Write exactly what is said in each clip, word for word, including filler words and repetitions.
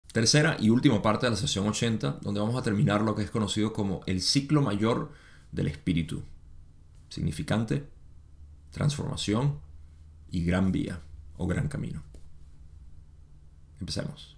tercera y última parte de la sesión ochenta, donde vamos a terminar lo que es conocido como el ciclo mayor del espíritu. Significante, transformación y gran vía o gran camino. Empecemos.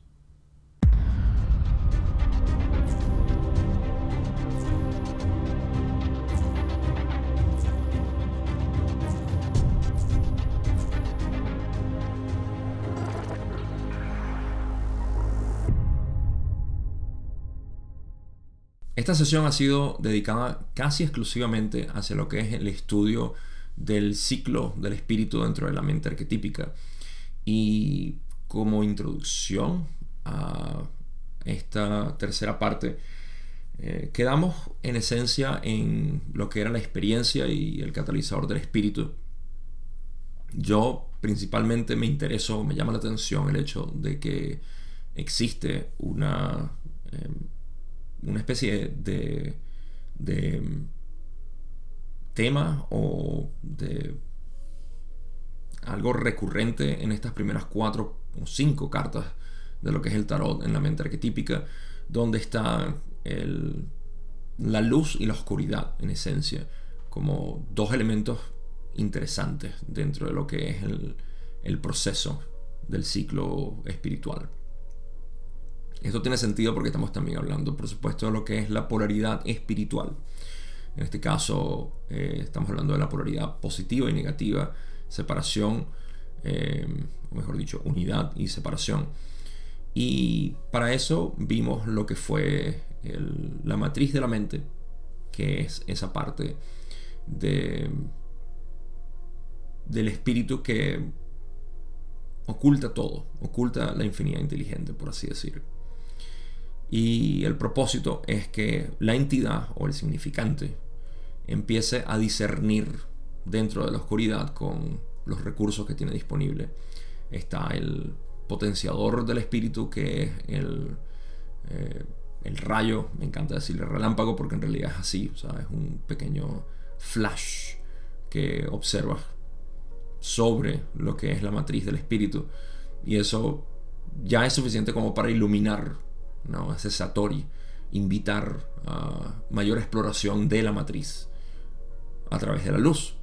Esta sesión ha sido dedicada casi exclusivamente hacia lo que es el estudio del ciclo del espíritu dentro de la mente arquetípica. Y como introducción a esta tercera parte, eh, quedamos en esencia en lo que era la experiencia y el catalizador del espíritu. Yo principalmente me intereso, me llama la atención el hecho de que existe una... Eh, una especie de, de tema o de algo recurrente en estas primeras cuatro o cinco cartas de lo que es el tarot en la mente arquetípica, donde está el, la luz y la oscuridad en esencia como dos elementos interesantes dentro de lo que es el, el proceso del ciclo espiritual. Esto tiene sentido porque estamos también hablando, por supuesto, de lo que es la polaridad espiritual. En este caso, eh, estamos hablando de la polaridad positiva y negativa, separación, eh, o mejor dicho, unidad y separación. Y para eso vimos lo que fue el, la matriz de la mente, que es esa parte de, del espíritu que oculta todo, oculta la infinidad inteligente, por así decir. Y el propósito es que la entidad o el significante empiece a discernir dentro de la oscuridad con los recursos que tiene disponible. Está el potenciador del espíritu, que es el, eh, el rayo, me encanta decirle relámpago porque en realidad es así, o sea, es un pequeño flash que observas sobre lo que es la matriz del espíritu, y eso ya es suficiente como para iluminar, ¿no? Ese Satori, invitar a mayor exploración de la matriz a través de la luz.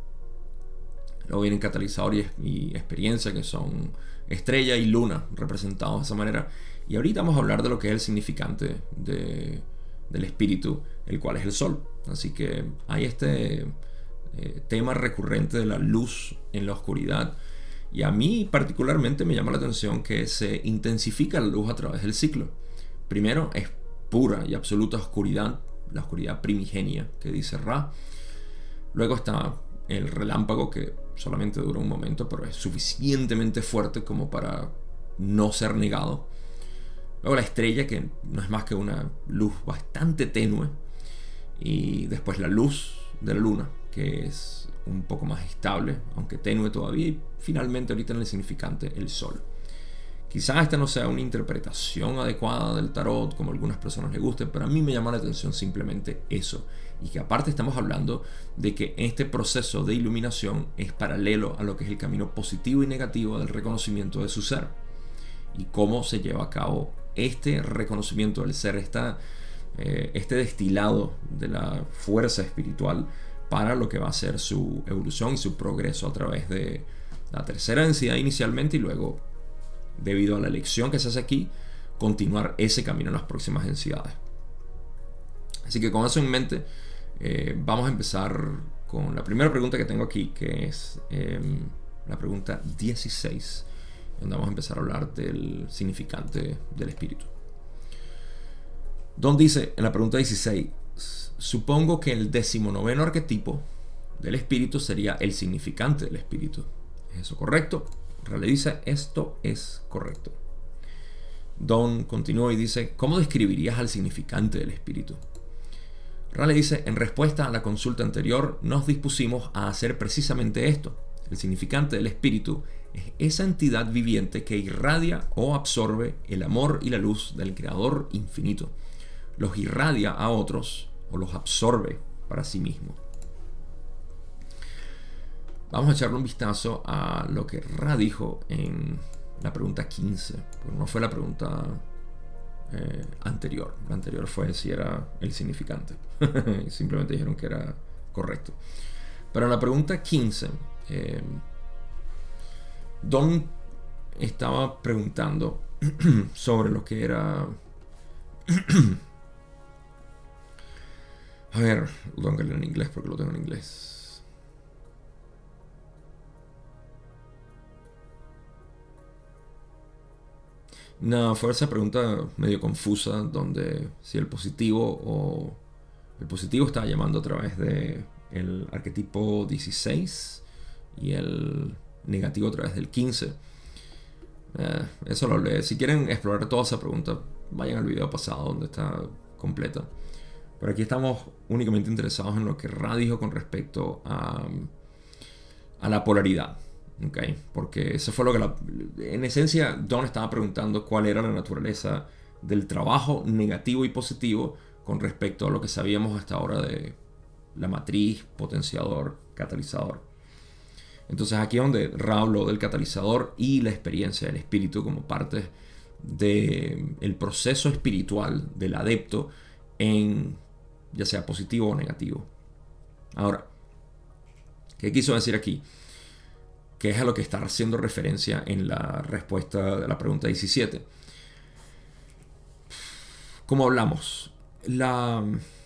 Luego vienen catalizador y, y experiencia, que son estrella y luna representados de esa manera. Y ahorita vamos a hablar de lo que es el significante de, del espíritu, el cual es el sol. Así que hay este eh, tema recurrente de la luz en la oscuridad. Y a mí particularmente me llama la atención que se intensifica la luz a través del ciclo. Primero es pura y absoluta oscuridad, la oscuridad primigenia que dice Ra. Luego está el relámpago, que solamente dura un momento, pero es suficientemente fuerte como para no ser negado. Luego la estrella, que no es más que una luz bastante tenue. Y después la luz de la luna, que es un poco más estable, aunque tenue todavía. Y finalmente ahorita en el significante, el sol. Quizás esta no sea una interpretación adecuada del tarot, como a algunas personas les guste, pero a mí me llama la atención simplemente eso. Y que aparte estamos hablando de que este proceso de iluminación es paralelo a lo que es el camino positivo y negativo del reconocimiento de su ser. Y cómo se lleva a cabo este reconocimiento del ser, esta, eh, este destilado de la fuerza espiritual para lo que va a ser su evolución y su progreso a través de la tercera densidad inicialmente, y luego, debido a la elección que se hace aquí, continuar ese camino en las próximas densidades. Así que con eso en mente, eh, vamos a empezar con la primera pregunta que tengo aquí, que es eh, la pregunta dieciséis, donde vamos a empezar a hablar del significante del espíritu. Don dice en la pregunta dieciséis: supongo que el decimonoveno arquetipo del espíritu sería el significante del espíritu. ¿Es eso correcto? Rale dice: esto es correcto. Don continúa y dice: ¿cómo describirías al significante del espíritu? Rale dice: en respuesta a la consulta anterior, nos dispusimos a hacer precisamente esto. El significante del espíritu es esa entidad viviente que irradia o absorbe el amor y la luz del Creador infinito. Los irradia a otros o los absorbe para sí mismo. Vamos a echarle un vistazo a lo que Ra dijo en la pregunta quince, porque no fue la pregunta eh, anterior. La anterior fue si era el significante. Simplemente dijeron que era correcto. Pero en la pregunta quince, eh, Don estaba preguntando sobre lo que era... A ver, lo tengo que leer en inglés porque lo tengo en inglés. No, fue esa pregunta medio confusa donde si el positivo o el positivo estaba llamando a través de el arquetipo dieciséis y el negativo a través del quince. Eh, eso lo leí. Si quieren explorar toda esa pregunta, vayan al video pasado donde está completa. Pero aquí estamos únicamente interesados en lo que Ra dijo con respecto a, a la polaridad. ¿Okay? Porque eso fue lo que la, en esencia Don estaba preguntando cuál era la naturaleza del trabajo negativo y positivo con respecto a lo que sabíamos hasta ahora de la matriz, potenciador, catalizador. Entonces aquí es donde Ra habló del catalizador y la experiencia del espíritu como parte del proceso espiritual del adepto en ya sea positivo o negativo. Ahora, ¿qué quiso decir aquí? Que es a lo que está haciendo referencia en la respuesta de la pregunta diecisiete. Como hablamos, la,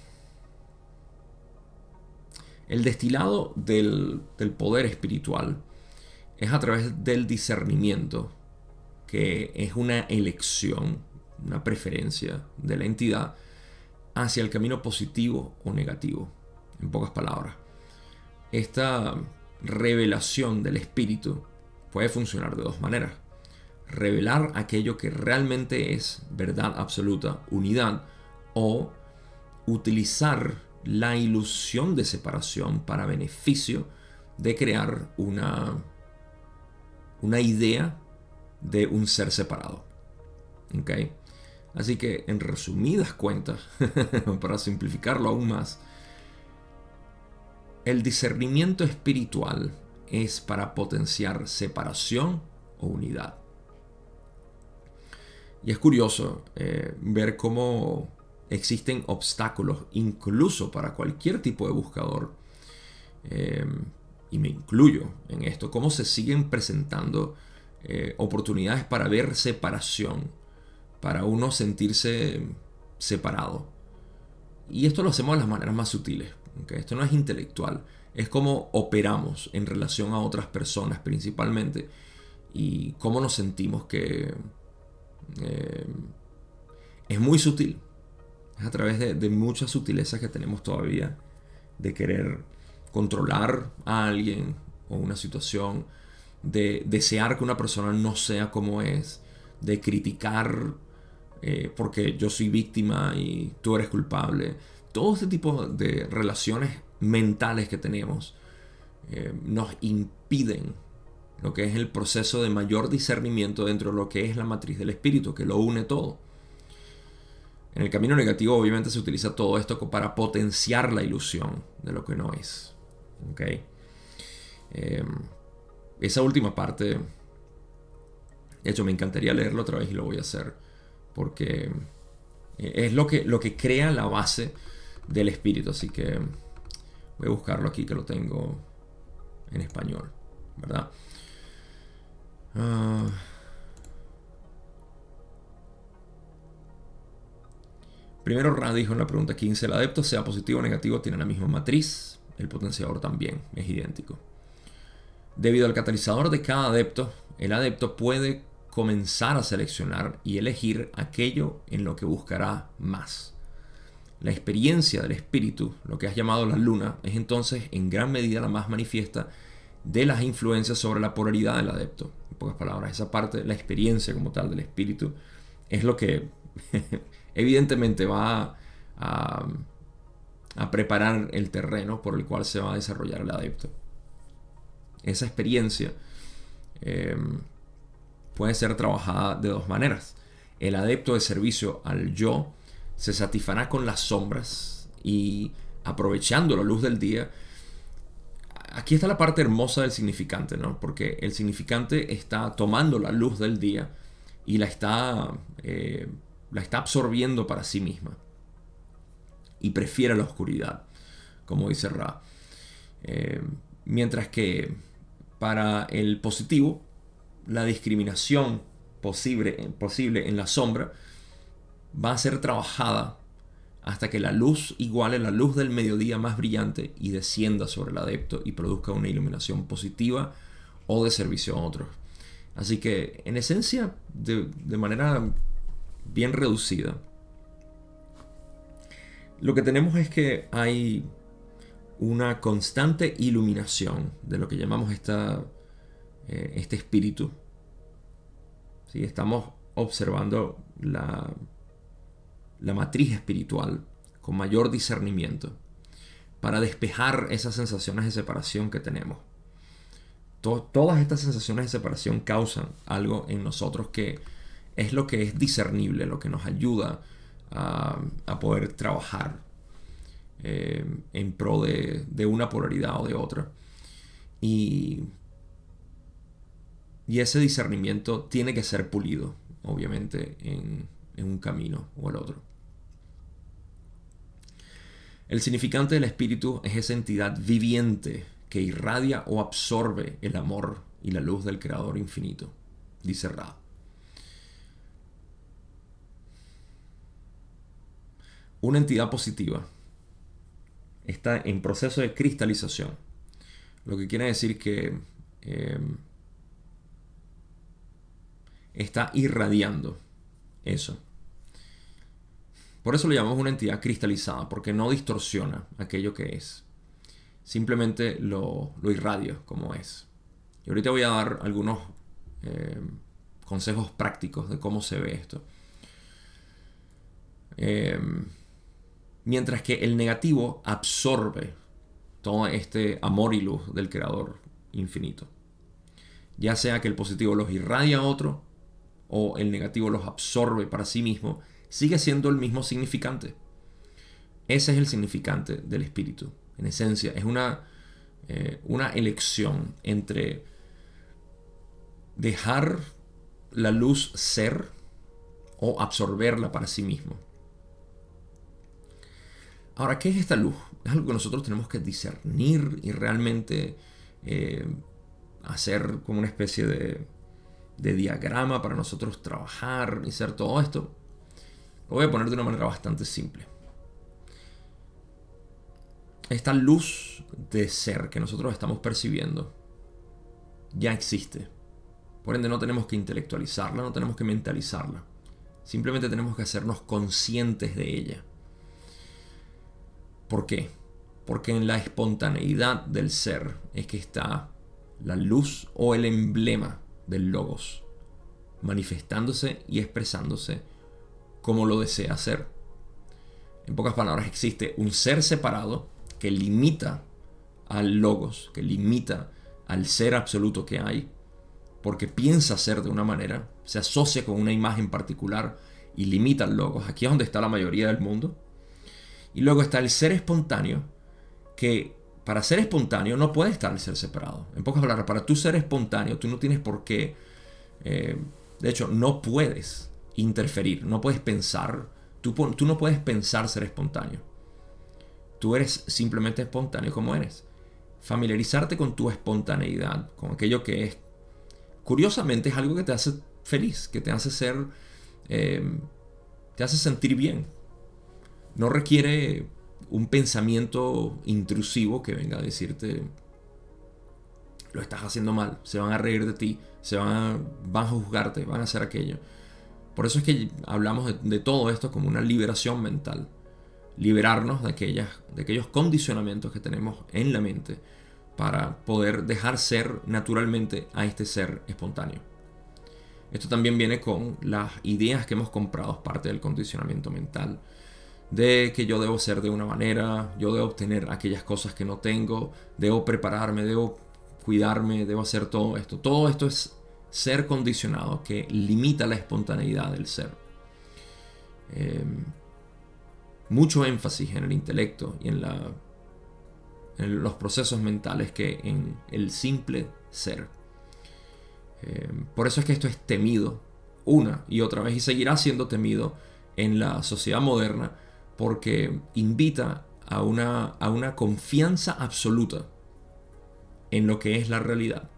el destilado del, del poder espiritual es a través del discernimiento, que es una elección, una preferencia de la entidad hacia el camino positivo o negativo. En pocas palabras, esta revelación del espíritu puede funcionar de dos maneras: revelar aquello que realmente es verdad absoluta, unidad, o utilizar la ilusión de separación para beneficio de crear una, una idea de un ser separado. ¿Ok? Así que, en resumidas cuentas, para simplificarlo aún más, el discernimiento espiritual es para potenciar separación o unidad. Y es curioso eh, ver cómo existen obstáculos incluso para cualquier tipo de buscador, eh, y me incluyo en esto, cómo se siguen presentando eh, oportunidades para ver separación, para uno sentirse separado. Y esto lo hacemos de las maneras más sutiles. ¿Okay? Esto no es intelectual, es cómo operamos en relación a otras personas principalmente y cómo nos sentimos que eh, es muy sutil. Es a través de, de muchas sutilezas que tenemos todavía de querer controlar a alguien o una situación, de desear que una persona no sea como es, de criticar eh, porque yo soy víctima y tú eres culpable. Todo este tipo de relaciones mentales que tenemos eh, nos impiden lo que es el proceso de mayor discernimiento dentro de lo que es la matriz del espíritu, que lo une todo. En el camino negativo obviamente se utiliza todo esto para potenciar la ilusión de lo que no es. ¿Okay? Eh, esa última parte, de hecho me encantaría leerlo otra vez y lo voy a hacer, porque es lo que, lo que crea la base del espíritu. Así que voy a buscarlo aquí, que lo tengo en español, ¿verdad? Uh, primero Ra dijo en la pregunta quince: el adepto, sea positivo o negativo, tiene la misma matriz. El potenciador también es idéntico. Debido al catalizador de cada adepto, el adepto puede comenzar a seleccionar y elegir aquello en lo que buscará más. La experiencia del espíritu, lo que has llamado la luna, es entonces en gran medida la más manifiesta de las influencias sobre la polaridad del adepto. En pocas palabras, esa parte, la experiencia como tal del espíritu, es lo que evidentemente va a, a preparar el terreno por el cual se va a desarrollar el adepto. Esa experiencia eh, puede ser trabajada de dos maneras. El adepto de servicio al yo se satisfará con las sombras y, aprovechando la luz del día, aquí está la parte hermosa del significante, ¿no? Porque el significante está tomando la luz del día y la está eh, la está absorbiendo para sí misma y prefiere la oscuridad, como dice Ra. Eh, mientras que para el positivo, la discriminación posible, posible en la sombra va a ser trabajada hasta que la luz iguale la luz del mediodía más brillante y descienda sobre el adepto y produzca una iluminación positiva o de servicio a otros. Así que, en esencia, de, de manera bien reducida, lo que tenemos es que hay una constante iluminación de lo que llamamos esta, eh, este espíritu. ¿Sí? Estamos observando la, la matriz espiritual con mayor discernimiento para despejar esas sensaciones de separación que tenemos. To- todas estas sensaciones de separación causan algo en nosotros que es lo que es discernible, lo que nos ayuda a, a poder trabajar eh, en pro de, de una polaridad o de otra. Y, y ese discernimiento tiene que ser pulido, obviamente, en, en un camino o el otro. El significante del espíritu es esa entidad viviente que irradia o absorbe el amor y la luz del Creador infinito, dice Ra. Una entidad positiva está en proceso de cristalización, lo que quiere decir que eh, está irradiando eso. Por eso lo llamamos una entidad cristalizada, porque no distorsiona aquello que es. Simplemente lo, lo irradia como es. Y ahorita voy a dar algunos eh, consejos prácticos de cómo se ve esto. Eh, mientras que el negativo absorbe todo este amor y luz del Creador infinito. Ya sea que el positivo los irradia a otro o el negativo los absorbe para sí mismo, sigue siendo el mismo significante. Ese es el significante del espíritu. En esencia, es una, eh, una elección entre dejar la luz ser o absorberla para sí mismo. Ahora, ¿qué es esta luz? Es algo que nosotros tenemos que discernir y realmente eh, hacer como una especie de, de diagrama para nosotros trabajar y hacer todo esto. Lo voy a poner de una manera bastante simple. Esta luz de ser que nosotros estamos percibiendo ya existe. Por ende, no tenemos que intelectualizarla, no tenemos que mentalizarla. Simplemente tenemos que hacernos conscientes de ella. ¿Por qué? Porque en la espontaneidad del ser es que está la luz o el emblema del logos, manifestándose y expresándose como lo desea ser. En pocas palabras, existe un ser separado que limita al logos, que limita al ser absoluto que hay, porque piensa ser de una manera, se asocia con una imagen particular y limita al logos. Aquí es donde está la mayoría del mundo. Y luego está el ser espontáneo, que para ser espontáneo no puede estar el ser separado. En pocas palabras, para tú ser espontáneo, tú no tienes por qué, eh, de hecho, no puedes interferir, no puedes pensar, tú, tú no puedes pensar ser espontáneo. Tú eres simplemente espontáneo como eres. Familiarizarte con tu espontaneidad, con aquello que es, curiosamente, es algo que te hace feliz, que te hace ser, eh, te hace sentir bien. No requiere un pensamiento intrusivo que venga a decirte lo estás haciendo mal, se van a reír de ti, se van a, van a juzgarte, van a hacer aquello. Por eso es que hablamos de, de todo esto como una liberación mental. Liberarnos de, aquellas, de aquellos condicionamientos que tenemos en la mente para poder dejar ser naturalmente a este ser espontáneo. Esto también viene con las ideas que hemos comprado, parte del condicionamiento mental, de que yo debo ser de una manera, yo debo obtener aquellas cosas que no tengo, debo prepararme, debo cuidarme, debo hacer todo esto. Todo esto es ser condicionado que limita la espontaneidad del ser. Eh, mucho énfasis en el intelecto y en, la, en los procesos mentales que en el simple ser. Eh, por eso es que esto es temido una y otra vez y seguirá siendo temido en la sociedad moderna porque invita a una, a una confianza absoluta en lo que es la realidad.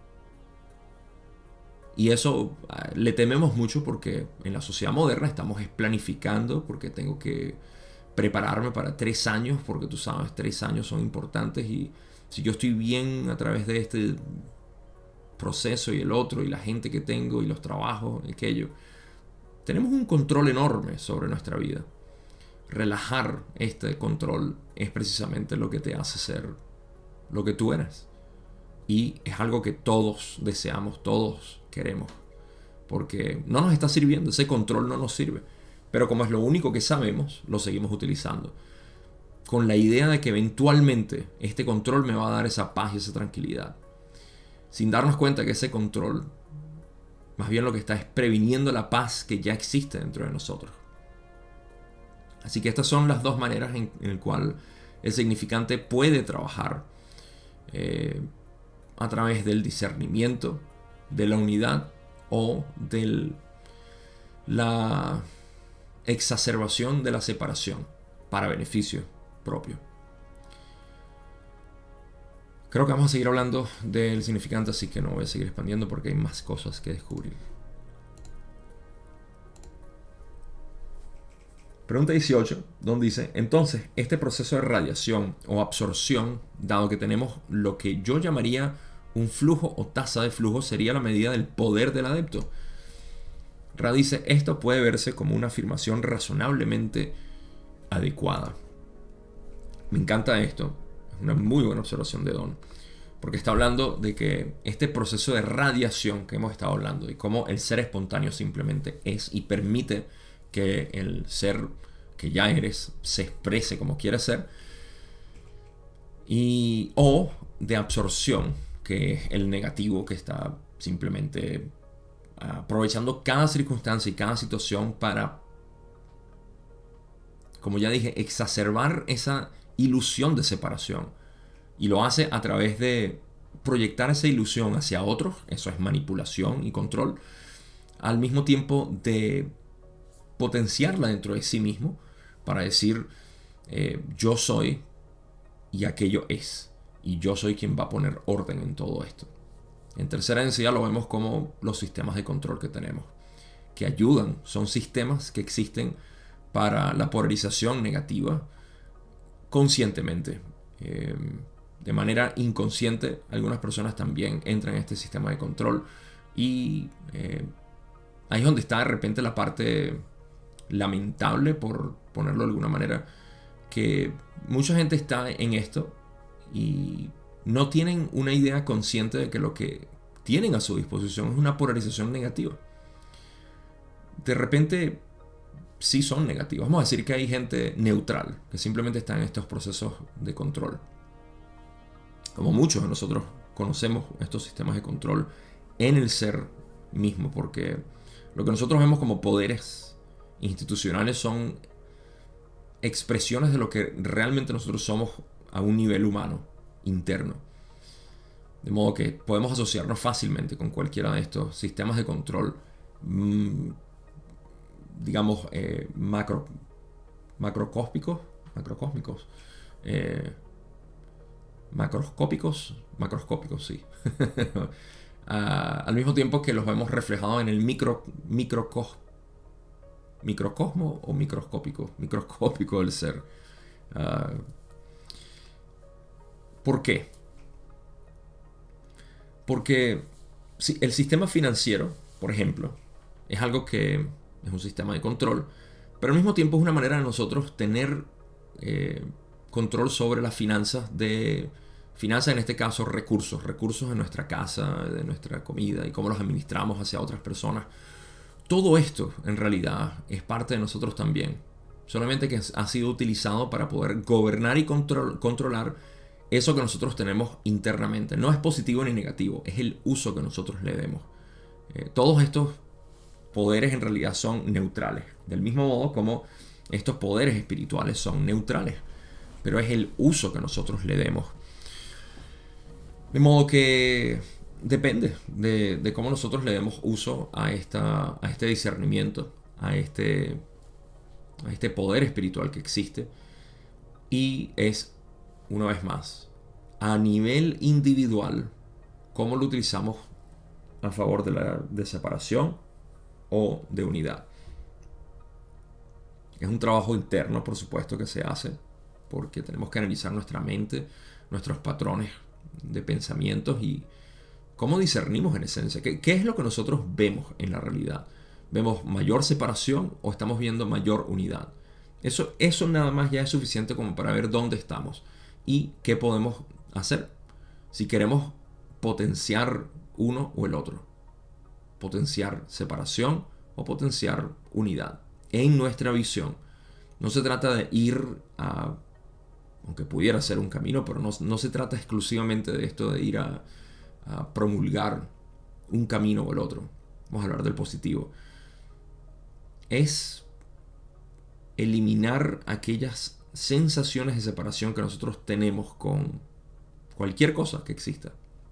Y eso le tememos mucho porque en la sociedad moderna estamos planificando, porque tengo que prepararme para tres años, porque tú sabes, tres años son importantes, y si yo estoy bien a través de este proceso y el otro, y la gente que tengo, y los trabajos, y aquello, tenemos un control enorme sobre nuestra vida. Relajar este control es precisamente lo que te hace ser lo que tú eres. Y es algo que todos deseamos, todos queremos. Porque no nos está sirviendo, ese control no nos sirve. Pero como es lo único que sabemos, lo seguimos utilizando. Con la idea de que eventualmente este control me va a dar esa paz y esa tranquilidad. Sin darnos cuenta que ese control, más bien lo que está es previniendo la paz que ya existe dentro de nosotros. Así que estas son las dos maneras en, en las cuales el significante puede trabajar. Eh, a través del discernimiento, de la unidad o de la exacerbación de la separación para beneficio propio. Creo que vamos a seguir hablando del significante, así que no voy a seguir expandiendo porque hay más cosas que descubrir. Pregunta dieciocho, donde dice: entonces, este proceso de radiación o absorción, dado que tenemos lo que yo llamaría un flujo o tasa de flujo, sería la medida del poder del adepto. Ra dice: esto puede verse como una afirmación razonablemente adecuada. Me encanta esto, es una muy buena observación de Don, porque está hablando de que este proceso de radiación que hemos estado hablando y cómo el ser espontáneo simplemente es y permite que el ser que ya eres se exprese como quiere ser, y o de absorción, que es el negativo que está simplemente aprovechando cada circunstancia y cada situación para, como ya dije, exacerbar esa ilusión de separación, y lo hace a través de proyectar esa ilusión hacia otros. Eso es manipulación y control, al mismo tiempo de potenciarla dentro de sí mismo para decir eh, yo soy y aquello es, y yo soy quien va a poner orden en todo esto. En tercera densidad lo vemos como los sistemas de control que tenemos, que ayudan, son sistemas que existen para la polarización negativa conscientemente. Eh, de manera inconsciente, algunas personas también entran en este sistema de control, y eh, ahí es donde está de repente la parte lamentable, por ponerlo de alguna manera, que mucha gente está en esto y no tienen una idea consciente de que lo que tienen a su disposición es una polarización negativa. De repente sí son negativos. Vamos a decir que hay gente neutral que simplemente está en estos procesos de control. Como muchos de nosotros conocemos estos sistemas de control en el ser mismo, porque lo que nosotros vemos como poderes institucionales son expresiones de lo que realmente nosotros somos a un nivel humano interno, de modo que podemos asociarnos fácilmente con cualquiera de estos sistemas de control, mmm, digamos eh, macro macrocósmicos macrocósmicos eh, macroscópicos macroscópicos sí uh, al mismo tiempo que los vemos reflejados en el micro microcosmos microcosmo o microscópico, microscópico del ser. Uh, ¿Por qué? Porque si el sistema financiero, por ejemplo, es algo que es un sistema de control, pero al mismo tiempo es una manera de nosotros tener eh, control sobre las finanzas, de finanzas en este caso recursos, recursos de nuestra casa, de nuestra comida y cómo los administramos hacia otras personas. Todo esto en realidad es parte de nosotros también, solamente que ha sido utilizado para poder gobernar y control, controlar eso que nosotros tenemos internamente. No es positivo ni negativo, es el uso que nosotros le demos. Eh, todos estos poderes en realidad son neutrales, del mismo modo como estos poderes espirituales son neutrales, pero es el uso que nosotros le demos. De modo que depende de, de cómo nosotros le demos uso a, esta, a este discernimiento, a este a este poder espiritual que existe, y es, una vez más, a nivel individual, cómo lo utilizamos a favor de la de separación o de unidad. Es un trabajo interno, por supuesto, que se hace, porque tenemos que analizar nuestra mente, nuestros patrones de pensamientos y cómo discernimos en esencia. ¿Qué, qué es lo que nosotros vemos en la realidad? ¿Vemos mayor separación o estamos viendo mayor unidad? Eso, eso nada más ya es suficiente como para ver dónde estamos y qué podemos hacer si queremos potenciar uno o el otro. Potenciar separación o potenciar unidad. En nuestra visión, no se trata de ir a, aunque pudiera ser un camino, pero no, no se trata exclusivamente de esto de ir a, a promulgar un camino o el otro. Vamos a hablar del positivo. Es eliminar aquellas sensaciones de separación que nosotros tenemos con cualquier cosa que exista.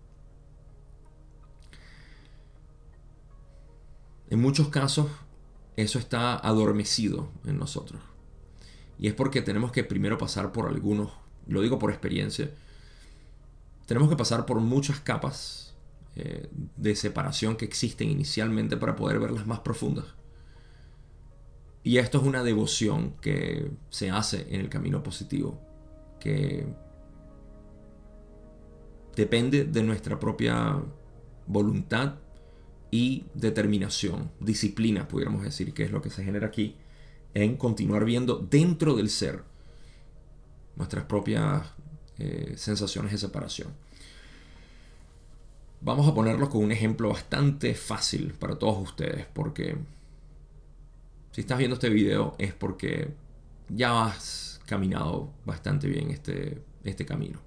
En muchos casos, eso está adormecido en nosotros. Y es porque tenemos que primero pasar por algunos, lo digo por experiencia, tenemos que pasar por muchas capas eh, de separación que existen inicialmente para poder verlas más profundas. Y esto es una devoción que se hace en el camino positivo, que depende de nuestra propia voluntad y determinación, disciplina, pudiéramos decir, que es lo que se genera aquí, en continuar viendo dentro del ser nuestras propias eh, sensaciones de separación. Vamos a ponerlo con un ejemplo bastante fácil para todos ustedes, porque si estás viendo este video es porque ya has caminado bastante bien este, este camino.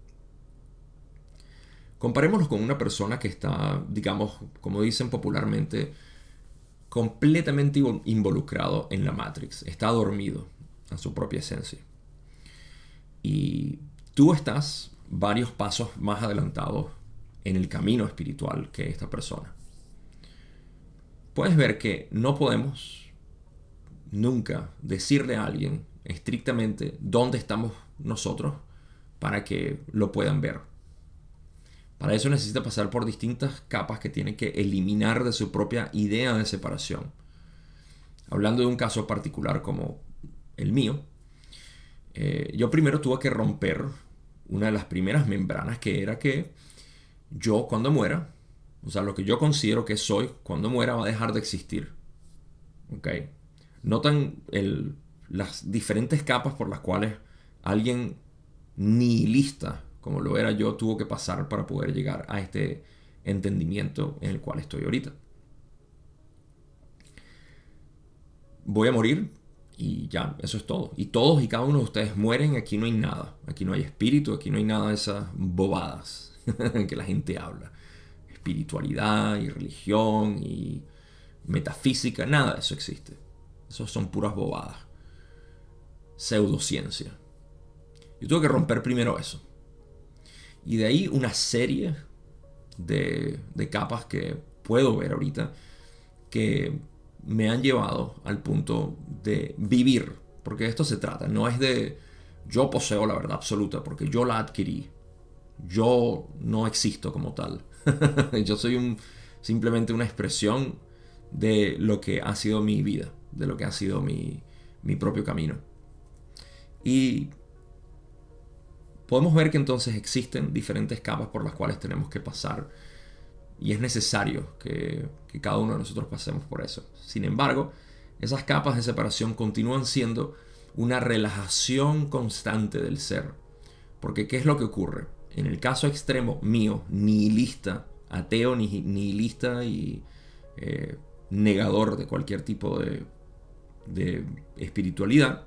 Comparémoslo con una persona que está, digamos, como dicen popularmente, completamente involucrado en la Matrix. Está dormido a su propia esencia. Y tú estás varios pasos más adelantados en el camino espiritual que esta persona. Puedes ver que no podemos nunca decirle a alguien estrictamente dónde estamos nosotros para que lo puedan ver. Para eso necesita pasar por distintas capas que tiene que eliminar de su propia idea de separación. Hablando de un caso particular como el mío, eh, yo primero tuve que romper una de las primeras membranas, que era que yo cuando muera, o sea, lo que yo considero que soy cuando muera va a dejar de existir. ¿Ok? Notan el, las diferentes capas por las cuales alguien nihilista, como lo era yo, tuvo que pasar para poder llegar a este entendimiento en el cual estoy ahorita. Voy a morir y ya, eso es todo. Y todos y cada uno de ustedes mueren, aquí no hay nada. Aquí no hay espíritu, aquí no hay nada de esas bobadas que la gente habla. Espiritualidad y religión y metafísica, nada de eso existe. Eso son puras bobadas. Pseudociencia. Yo tuve que romper primero eso. Y de ahí una serie de, de capas que puedo ver ahorita que me han llevado al punto de vivir. Porque de esto se trata. No es de yo poseo la verdad absoluta porque yo la adquirí. Yo no existo como tal. Yo soy un, simplemente una expresión de lo que ha sido mi vida. De lo que ha sido mi, mi propio camino. Y podemos ver que entonces existen diferentes capas por las cuales tenemos que pasar y es necesario que, que cada uno de nosotros pasemos por eso. Sin embargo, esas capas de separación continúan siendo una relajación constante del ser. Porque ¿qué es lo que ocurre? En el caso extremo mío, nihilista, ateo, nihilista y eh, negador de cualquier tipo de, de espiritualidad,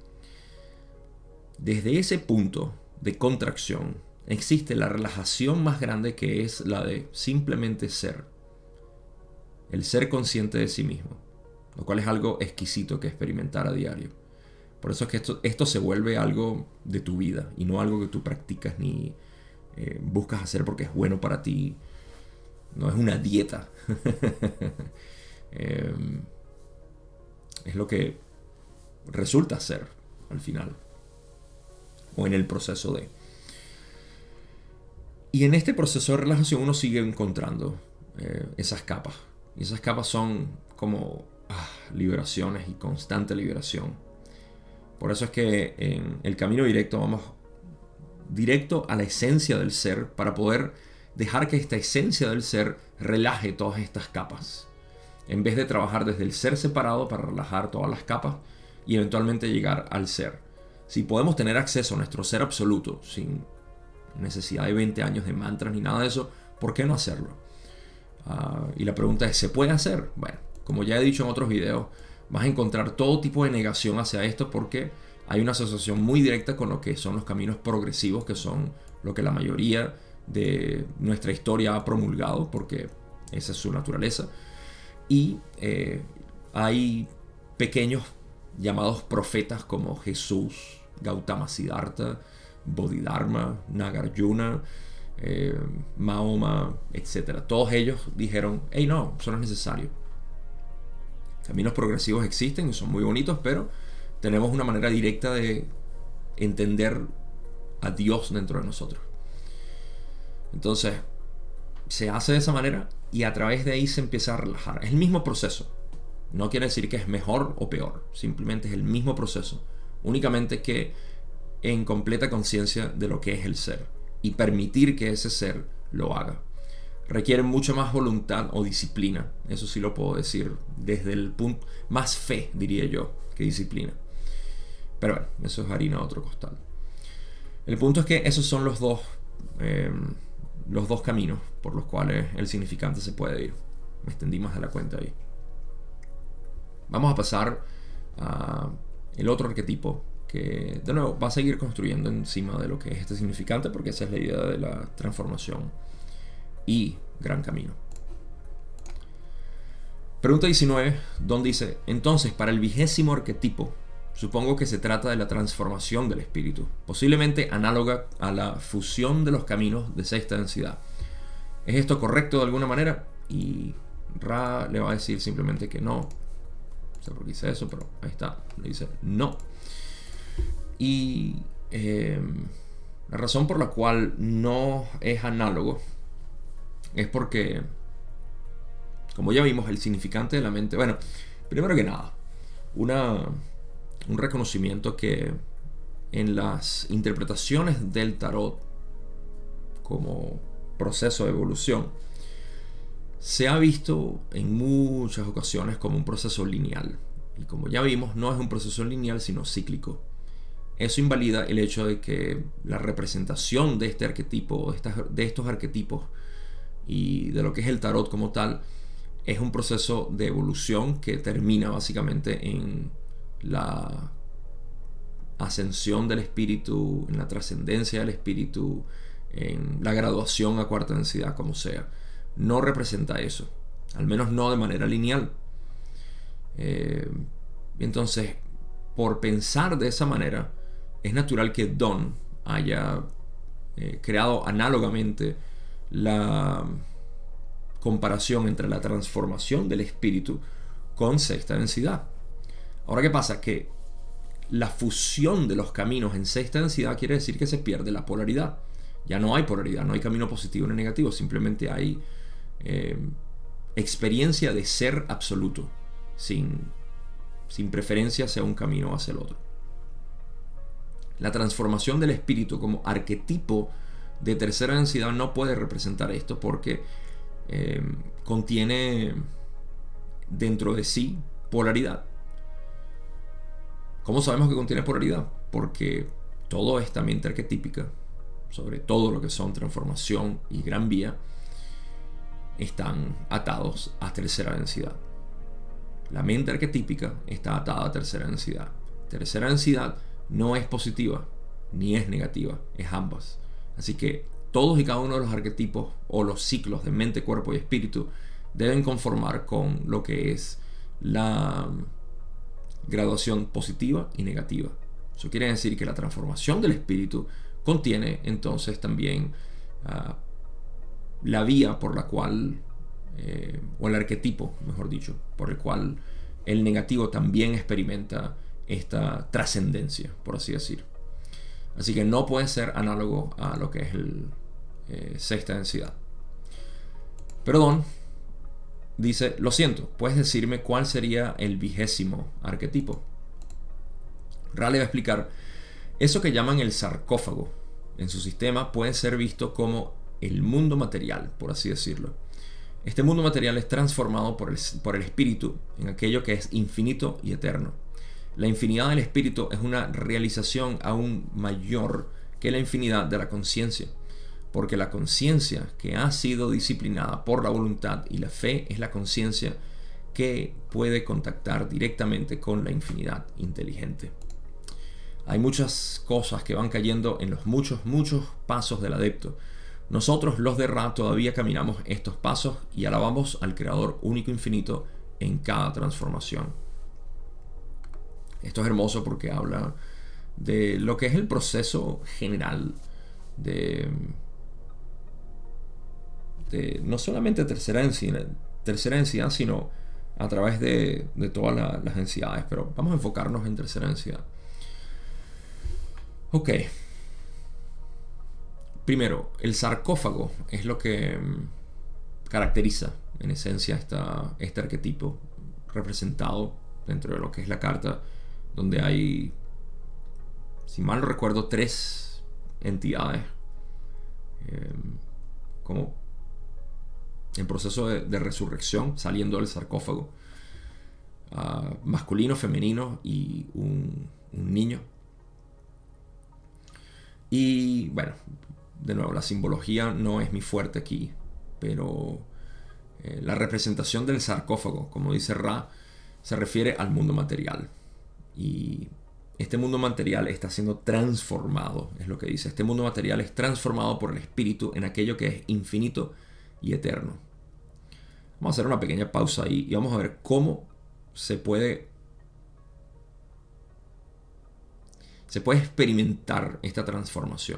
desde ese punto de contracción existe la relajación más grande, que es la de simplemente ser. El ser consciente de sí mismo, lo cual es algo exquisito que experimentar a diario. Por eso es que esto, esto se vuelve algo de tu vida y no algo que tú practicas ni eh, buscas hacer porque es bueno para ti. No es una dieta. eh, es lo que resulta ser al final, o en el proceso de. Y en este proceso de relajación uno sigue encontrando eh, esas capas. Y esas capas son como ah, liberaciones y constante liberación. Por eso es que en el camino directo vamos directo a la esencia del ser para poder dejar que esta esencia del ser relaje todas estas capas. En vez de trabajar desde el ser separado para relajar todas las capas y eventualmente llegar al ser. Si podemos tener acceso a nuestro ser absoluto sin necesidad de veinte años de mantras ni nada de eso, ¿por qué no hacerlo? Uh, y la pregunta es, ¿se puede hacer? Bueno, como ya he dicho en otros videos, vas a encontrar todo tipo de negación hacia esto porque hay una asociación muy directa con lo que son los caminos progresivos, que son lo que la mayoría de nuestra historia ha promulgado, porque esa es su naturaleza. Y eh, hay pequeños llamados profetas como Jesús, Gautama Siddhartha, Bodhidharma, Nagarjuna, eh, Mahoma, etcétera. Todos ellos dijeron, hey, no, eso no es necesario. Caminos progresivos existen y son muy bonitos, pero tenemos una manera directa de entender a Dios dentro de nosotros. Entonces, se hace de esa manera y a través de ahí se empieza a relajar. Es el mismo proceso. No quiere decir que es mejor o peor. Simplemente es el mismo proceso. Únicamente que en completa conciencia de lo que es el ser. Y permitir que ese ser lo haga. Requiere mucha más voluntad o disciplina. Eso sí lo puedo decir desde el punto... Más fe, diría yo, que disciplina. Pero bueno, eso es harina de otro costal. El punto es que esos son los dos... Eh, los dos caminos por los cuales el significante se puede ir. Me extendí más de la cuenta ahí. Vamos a pasar a el otro arquetipo que de nuevo va a seguir construyendo encima de lo que es este significante, porque esa es la idea de la transformación y gran camino. Pregunta diecinueve, Don dice, entonces para el vigésimo arquetipo supongo que se trata de la transformación del espíritu, posiblemente análoga a la fusión de los caminos de sexta densidad. ¿Es esto correcto de alguna manera? Y Ra le va a decir simplemente que no. No sé por qué dice eso, pero ahí está. Le dice no. Y eh, la razón por la cual no es análogo es porque, como ya vimos, el significante de la mente... Bueno, primero que nada, una... un reconocimiento que en las interpretaciones del tarot como proceso de evolución se ha visto en muchas ocasiones como un proceso lineal, y como ya vimos no es un proceso lineal sino cíclico. Eso invalida el hecho de que la representación de este arquetipo, de, estas, de estos arquetipos y de lo que es el tarot como tal es un proceso de evolución que termina básicamente en la ascensión del espíritu, en la trascendencia del espíritu, en la graduación a cuarta densidad, como sea. No representa eso, al menos no de manera lineal. Eh, entonces, por pensar de esa manera, es natural que Don haya eh, creado análogamente la comparación entre la transformación del espíritu con sexta densidad. Ahora, ¿qué pasa? Que la fusión de los caminos en sexta densidad quiere decir que se pierde la polaridad. Ya no hay polaridad, no hay camino positivo ni negativo, simplemente hay eh, experiencia de ser absoluto, sin, sin preferencia hacia un camino o hacia el otro. La transformación del espíritu como arquetipo de tercera densidad no puede representar esto porque eh, contiene dentro de sí polaridad. ¿Cómo sabemos que contiene polaridad? Porque todo esta mente arquetípica, sobre todo lo que son transformación y gran vía, están atados a tercera densidad. La mente arquetípica está atada a tercera densidad. Tercera densidad no es positiva ni es negativa, es ambas. Así que todos y cada uno de los arquetipos o los ciclos de mente, cuerpo y espíritu deben conformar con lo que es la graduación positiva y negativa. Eso quiere decir que la transformación del espíritu contiene entonces también uh, la vía por la cual, eh, o el arquetipo, mejor dicho, por el cual el negativo también experimenta esta trascendencia, por así decir. Así que no puede ser análogo a lo que es el eh, sexta densidad. Pero Don dice, lo siento, ¿puedes decirme cuál sería el vigésimo arquetipo? Ra le va a explicar, eso que llaman el sarcófago en su sistema puede ser visto como el mundo material, por así decirlo. Este mundo material es transformado por el, por el espíritu en aquello que es infinito y eterno. La infinidad del espíritu es una realización aún mayor que la infinidad de la conciencia, porque la conciencia que ha sido disciplinada por la voluntad y la fe es la conciencia que puede contactar directamente con la infinidad inteligente. Hay muchas cosas que van cayendo en los muchos, muchos pasos del adepto. Nosotros, los de Ra, todavía caminamos estos pasos y alabamos al Creador único infinito en cada transformación. Esto es hermoso porque habla de lo que es el proceso general de, de no solamente tercera densidad, tercera densidad, sino a través de, de todas la, las densidades. Pero vamos a enfocarnos en tercera densidad. Ok. Primero, el sarcófago es lo que caracteriza en esencia esta, este arquetipo representado dentro de lo que es la carta, donde hay, si mal no recuerdo, tres entidades eh, como en proceso de, de resurrección saliendo del sarcófago, uh, masculino, femenino y un, un niño. Y bueno, de nuevo, la simbología no es mi fuerte aquí, pero eh, la representación del sarcófago, como dice Ra, se refiere al mundo material. Y este mundo material está siendo transformado, es lo que dice. Este mundo material es transformado por el espíritu en aquello que es infinito y eterno. Vamos a hacer una pequeña pausa ahí y vamos a ver cómo se puede se puede experimentar esta transformación.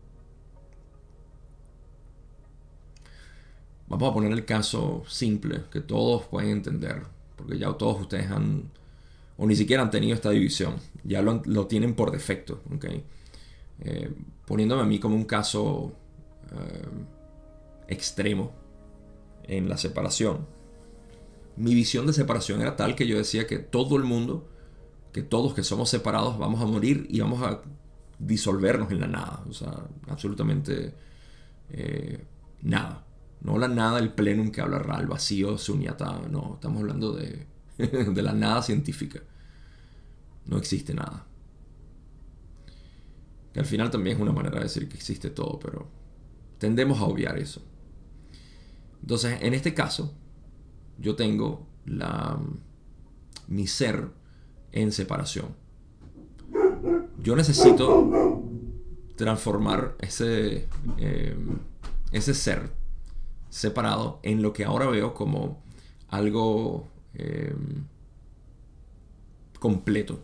Vamos a poner el caso simple que todos pueden entender, porque ya todos ustedes han o ni siquiera han tenido esta división, ya lo, lo tienen por defecto, ¿okay? Eh, poniéndome a mí como un caso eh, extremo en la separación. Mi visión de separación era tal que yo decía que todo el mundo, que todos que somos separados vamos a morir y vamos a disolvernos en la nada, o sea, absolutamente eh, nada. No la nada, el plenum que habla Ra, el vacío, sunyata, no, estamos hablando de de la nada científica. No existe nada. Que al final también es una manera de decir que existe todo, pero tendemos a obviar eso. Entonces, en este caso, yo tengo la, mi ser en separación. Yo necesito transformar ese, eh, ese ser separado en lo que ahora veo como algo Eh, completo.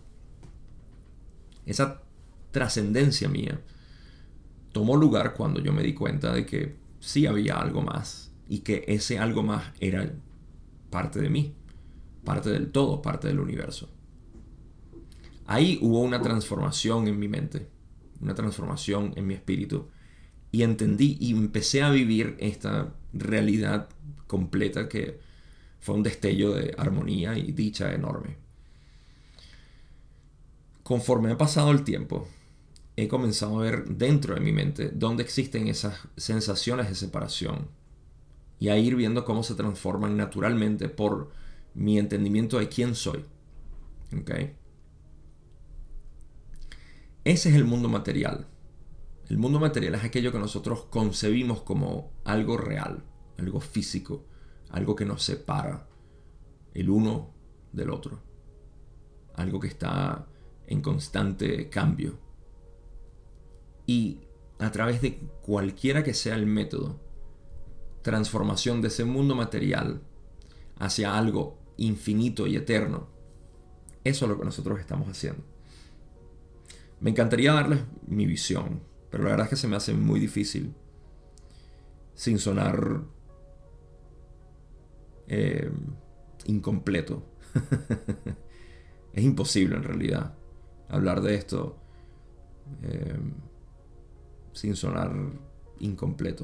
Esa trascendencia mía tomó lugar cuando yo me di cuenta de que sí había algo más y que ese algo más era parte de mí, parte del todo, parte del universo. Ahí hubo una transformación en mi mente, una transformación en mi espíritu, y entendí y empecé a vivir esta realidad completa que fue un destello de armonía y dicha enorme. Conforme ha pasado el tiempo, he comenzado a ver dentro de mi mente dónde existen esas sensaciones de separación y a ir viendo cómo se transforman naturalmente por mi entendimiento de quién soy. ¿Okay? Ese es el mundo material. El mundo material es aquello que nosotros concebimos como algo real, algo físico, algo que nos separa el uno del otro, algo que está en constante cambio. Y a través de cualquiera que sea el método, transformación de ese mundo material hacia algo infinito y eterno, eso es lo que nosotros estamos haciendo. Me encantaría darles mi visión, pero la verdad es que se me hace muy difícil sin sonar eh, incompleto. Es imposible en realidad hablar de esto eh, sin sonar incompleto.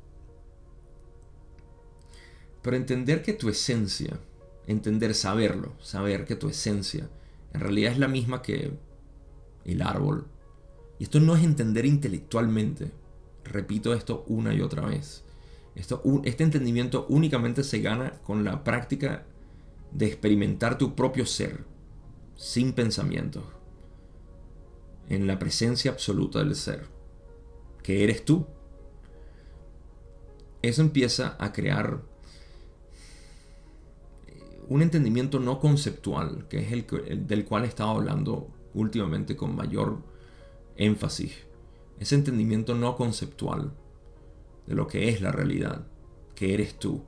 Pero entender que tu esencia, entender, saberlo, saber que tu esencia en realidad es la misma que el árbol. Y esto no es entender intelectualmente. Repito esto una y otra vez. Esto, este entendimiento únicamente se gana con la práctica de experimentar tu propio ser, sin pensamientos, en la presencia absoluta del ser, que eres tú. Eso empieza a crear un entendimiento no conceptual, que es el, el del cual he estado hablando últimamente con mayor énfasis. Ese entendimiento no conceptual de lo que es la realidad, que eres tú.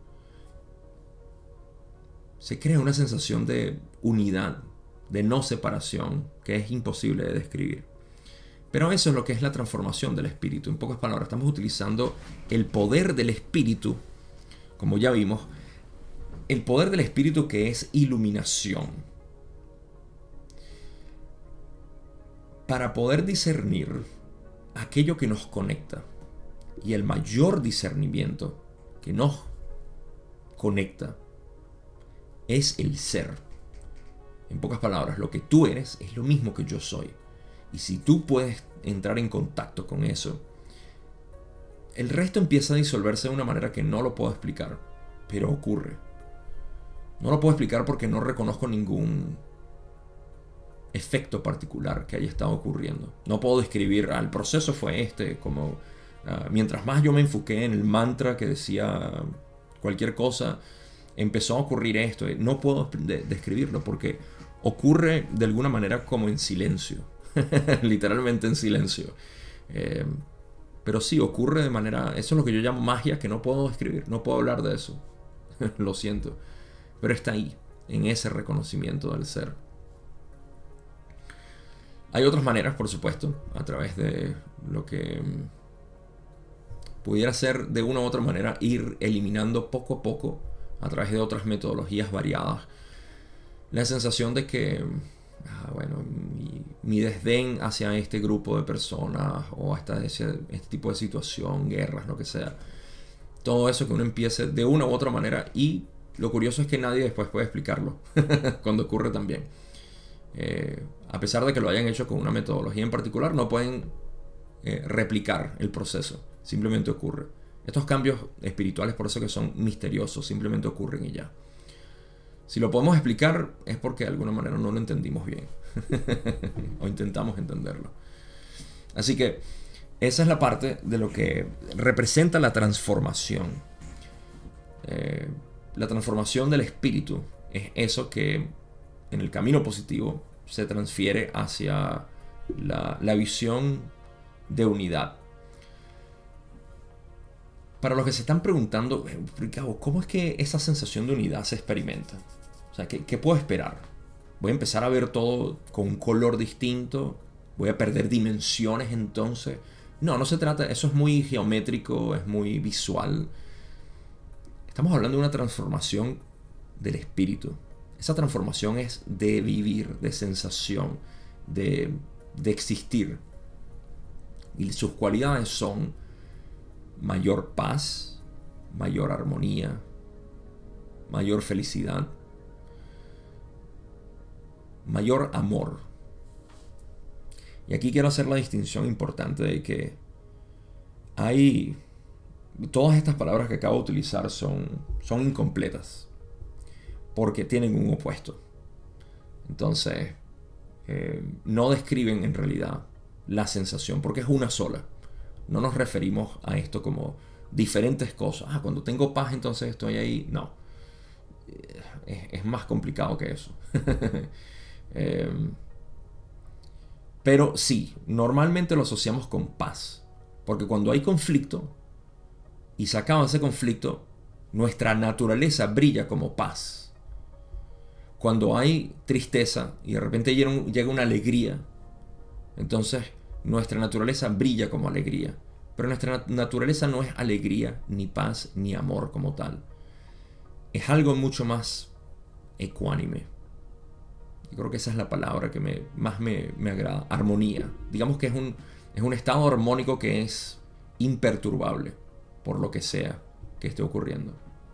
Se crea una sensación de unidad, de no separación, que es imposible de describir. Pero eso es lo que es la transformación del espíritu. En pocas palabras, estamos utilizando el poder del espíritu, como ya vimos, el poder del espíritu, que es iluminación, para poder discernir aquello que nos conecta. Y el mayor discernimiento que nos conecta es el ser. En pocas palabras, lo que tú eres es lo mismo que yo soy. Y si tú puedes entrar en contacto con eso, el resto empieza a disolverse de una manera que no lo puedo explicar, pero ocurre. No lo puedo explicar porque no reconozco ningún efecto particular que haya estado ocurriendo. No puedo describir, ah, el proceso fue este, como uh, mientras más yo me enfoqué en el mantra que decía cualquier cosa, empezó a ocurrir esto. No puedo de- describirlo porque ocurre de alguna manera como en silencio. Literalmente en silencio. Eh, pero sí, ocurre de manera... Eso es lo que yo llamo magia, que no puedo describir. No puedo hablar de eso. Lo siento. Pero está ahí, en ese reconocimiento del ser. Hay otras maneras, por supuesto, a través de lo que pudiera ser de una u otra manera ir eliminando poco a poco, a través de otras metodologías variadas, la sensación de que, ah, bueno, mi, mi desdén hacia este grupo de personas o hasta ese, este tipo de situación, guerras, lo que sea, todo eso que uno empiece de una u otra manera, y lo curioso es que nadie después puede explicarlo cuando ocurre también. Eh, a pesar de que lo hayan hecho con una metodología en particular, no pueden eh, replicar el proceso. Simplemente ocurre. Estos cambios espirituales, por eso que son misteriosos, simplemente ocurren y ya. Si lo podemos explicar es porque de alguna manera no lo entendimos bien o intentamos entenderlo. Así que esa es la parte de lo que representa la transformación. Eh, la transformación del espíritu es eso que en el camino positivo se transfiere hacia la, la visión de unidad. Para los que se están preguntando, ¿cómo es que esa sensación de unidad se experimenta? O sea, ¿qué, qué puedo esperar? ¿Voy a empezar a ver todo con un color distinto? ¿Voy a perder dimensiones entonces? No, no se trata, eso es muy geométrico, es muy visual. Estamos hablando de una transformación del espíritu. Esa transformación es de vivir, de sensación, de, de existir. Y sus cualidades son mayor paz, mayor armonía, mayor felicidad, mayor amor. Y aquí quiero hacer la distinción importante de que hay... Todas estas palabras que acabo de utilizar son, son incompletas porque tienen un opuesto. Entonces, eh, no describen en realidad la sensación porque es una sola. No nos referimos a esto como diferentes cosas. Ah, cuando tengo paz entonces estoy ahí. No. Es, es más complicado que eso. eh, pero sí, normalmente lo asociamos con paz. Porque cuando hay conflicto y se acaba ese conflicto, nuestra naturaleza brilla como paz. Cuando hay tristeza y de repente llega una alegría, entonces nuestra naturaleza brilla como alegría. Pero nuestra naturaleza no es alegría, ni paz, ni amor como tal. Es algo mucho más ecuánime. Yo creo que esa es la palabra que me, más me, me agrada. Armonía. Digamos que es un, es un estado armónico que es imperturbable por lo que sea que esté ocurriendo.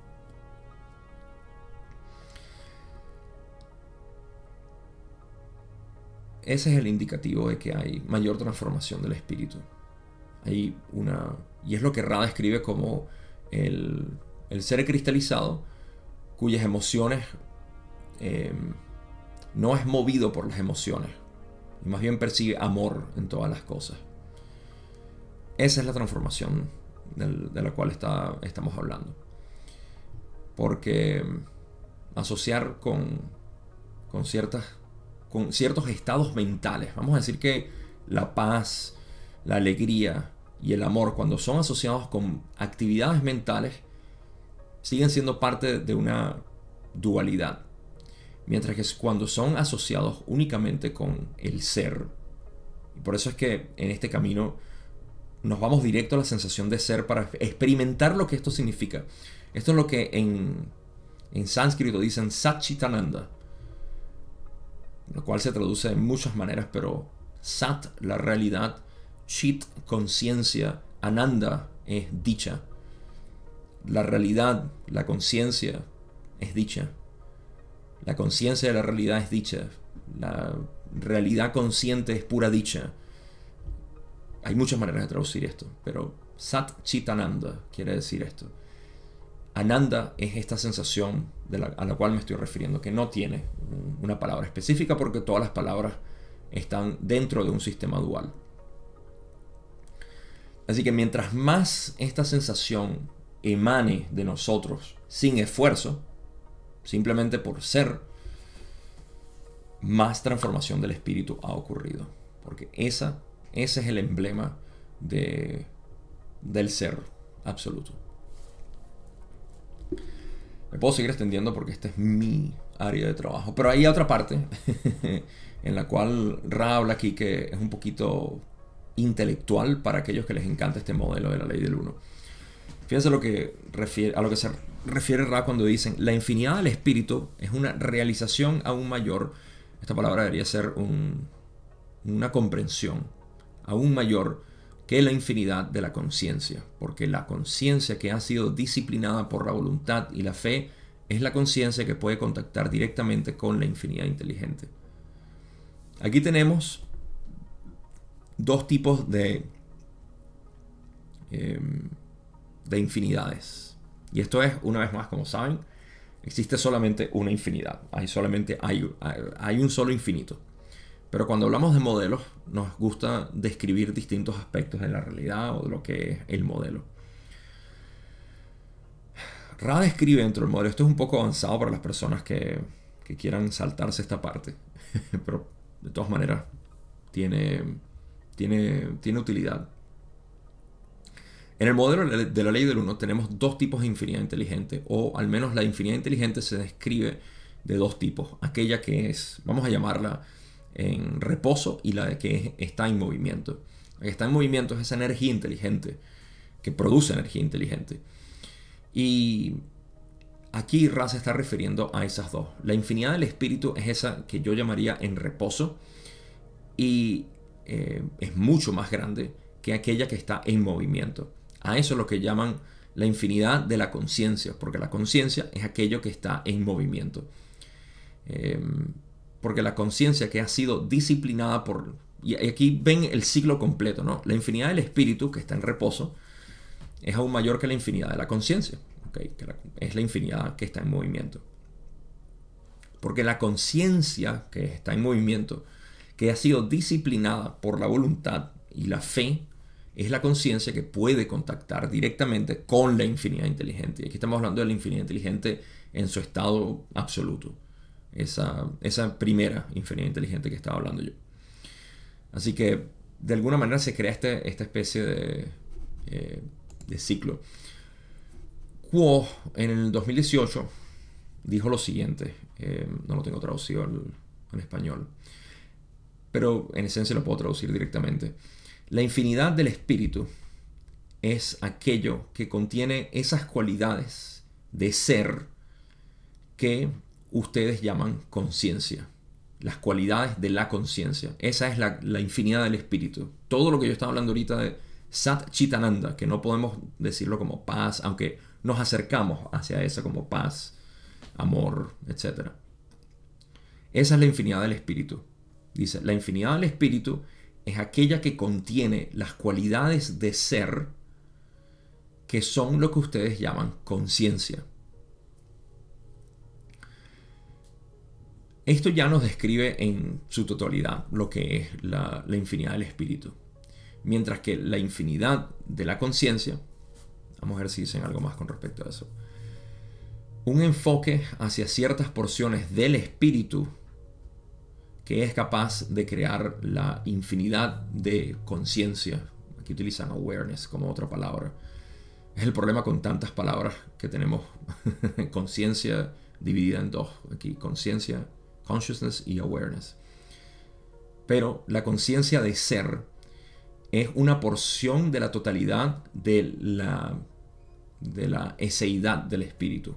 Ese es el indicativo de que hay mayor transformación del espíritu. Hay una... Y es lo que Ra describe como el, el ser cristalizado cuyas emociones eh, no es movido por las emociones y más bien percibe amor en todas las cosas. Esa es la transformación del, de la cual está, estamos hablando. Porque asociar con, con, ciertas, con ciertos estados mentales, vamos a decir que la paz, la alegría y el amor, cuando son asociados con actividades mentales, siguen siendo parte de una dualidad. Mientras que cuando son asociados únicamente con el ser, y por eso es que en este camino nos vamos directo a la sensación de ser para experimentar lo que esto significa. Esto es lo que en, en sánscrito dicen Satchitananda, lo cual se traduce de muchas maneras, pero Sat, la realidad, Chit, conciencia, Ananda es dicha. La realidad, la conciencia es dicha. La conciencia de la realidad es dicha. La realidad consciente es pura dicha. Hay muchas maneras de traducir esto, pero Sat Chit Ananda quiere decir esto. Ananda es esta sensación de la, a la cual me estoy refiriendo, que no tiene una palabra específica porque todas las palabras están dentro de un sistema dual. Así que mientras más esta sensación emane de nosotros sin esfuerzo, simplemente por ser, más transformación del espíritu ha ocurrido. Porque esa, ese es el emblema de, del ser absoluto. Me puedo seguir extendiendo porque esta es mi área de trabajo. Pero hay otra parte en la cual Ra habla aquí que es un poquito intelectual para aquellos que les encanta este modelo de la ley del uno. Fíjense lo que refiere, a lo que se refiere Ra cuando dicen la infinidad del espíritu es una realización aún mayor. Esta palabra debería ser un, una comprensión aún mayor que la infinidad de la conciencia, porque la conciencia que ha sido disciplinada por la voluntad y la fe es la conciencia que puede contactar directamente con la infinidad inteligente. Aquí tenemos dos tipos de, eh, de infinidades. Y esto es, una vez más, como saben, existe solamente una infinidad. Hay solamente hay, hay un solo infinito. Pero cuando hablamos de modelos, nos gusta describir distintos aspectos de la realidad o de lo que es el modelo. Ra describe dentro del modelo, esto es un poco avanzado para las personas que, que quieran saltarse esta parte, pero de todas maneras tiene, tiene, tiene utilidad. En el modelo de la ley del uno tenemos dos tipos de infinidad inteligente, o al menos la infinidad inteligente se describe de dos tipos. Aquella que es, vamos a llamarla en reposo, y la que está en movimiento. La que está en movimiento es esa energía inteligente, que produce energía inteligente. Y aquí Ra se está refiriendo a esas dos. La infinidad del espíritu es esa que yo llamaría en reposo, y eh, es mucho más grande que aquella que está en movimiento. A eso es lo que llaman la infinidad de la conciencia, porque la conciencia es aquello que está en movimiento. Eh, porque la conciencia que ha sido disciplinada por... Y aquí ven el ciclo completo, ¿no? La infinidad del espíritu, que está en reposo, es aún mayor que la infinidad de la conciencia, ¿okay? Que la, es la infinidad que está en movimiento. Porque la conciencia que está en movimiento, que ha sido disciplinada por la voluntad y la fe, es la conciencia que puede contactar directamente con la infinidad inteligente. Y aquí estamos hablando de la infinidad inteligente en su estado absoluto. Esa, esa primera infinidad inteligente que estaba hablando yo. Así que de alguna manera se crea este, esta especie de, eh, de ciclo. Kuo en el dos mil dieciocho dijo lo siguiente, eh, no lo tengo traducido al, en español, pero en esencia lo puedo traducir directamente. La infinidad del espíritu es aquello que contiene esas cualidades de ser que ustedes llaman conciencia. las cualidades de la conciencia. Esa es la, la infinidad del espíritu. Todo lo que yo estaba hablando ahorita de Sat Chitananda, que no podemos decirlo como paz, aunque nos acercamos hacia esa como paz, amor, etcétera. Esa es la infinidad del espíritu. Dice, la infinidad del espíritu es aquella que contiene las cualidades de ser que son lo que ustedes llaman conciencia. Esto ya nos describe en su totalidad lo que es la, la infinidad del espíritu. Mientras que la infinidad de la conciencia, vamos a ver si dicen algo más con respecto a eso. Un enfoque hacia ciertas porciones del espíritu que es capaz de crear la infinidad de conciencia. Aquí utilizan awareness como otra palabra. Es el problema con tantas palabras que tenemos. Conciencia dividida en dos. Aquí conciencia, consciousness y awareness. Pero la conciencia de ser es una porción de la totalidad de la, de la eseidad del espíritu.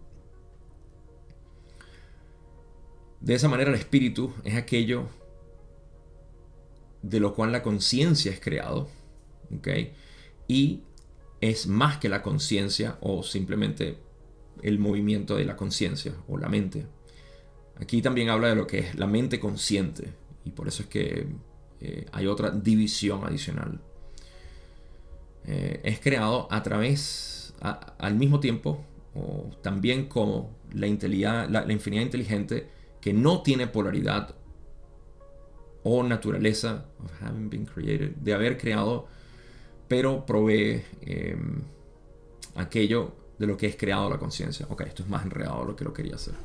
De esa manera el espíritu es aquello de lo cual la conciencia es creado, ¿okay? Y es más que la conciencia o simplemente el movimiento de la conciencia o la mente. Aquí también habla de lo que es la mente consciente y por eso es que eh, hay otra división adicional. Eh, es creado a través, a, al mismo tiempo o también como la, la, la infinidad inteligente que no tiene polaridad o naturaleza of having been created, de haber creado, pero provee eh, aquello de lo que es creado la conciencia. Ok, esto es más enredado de lo que lo quería hacer.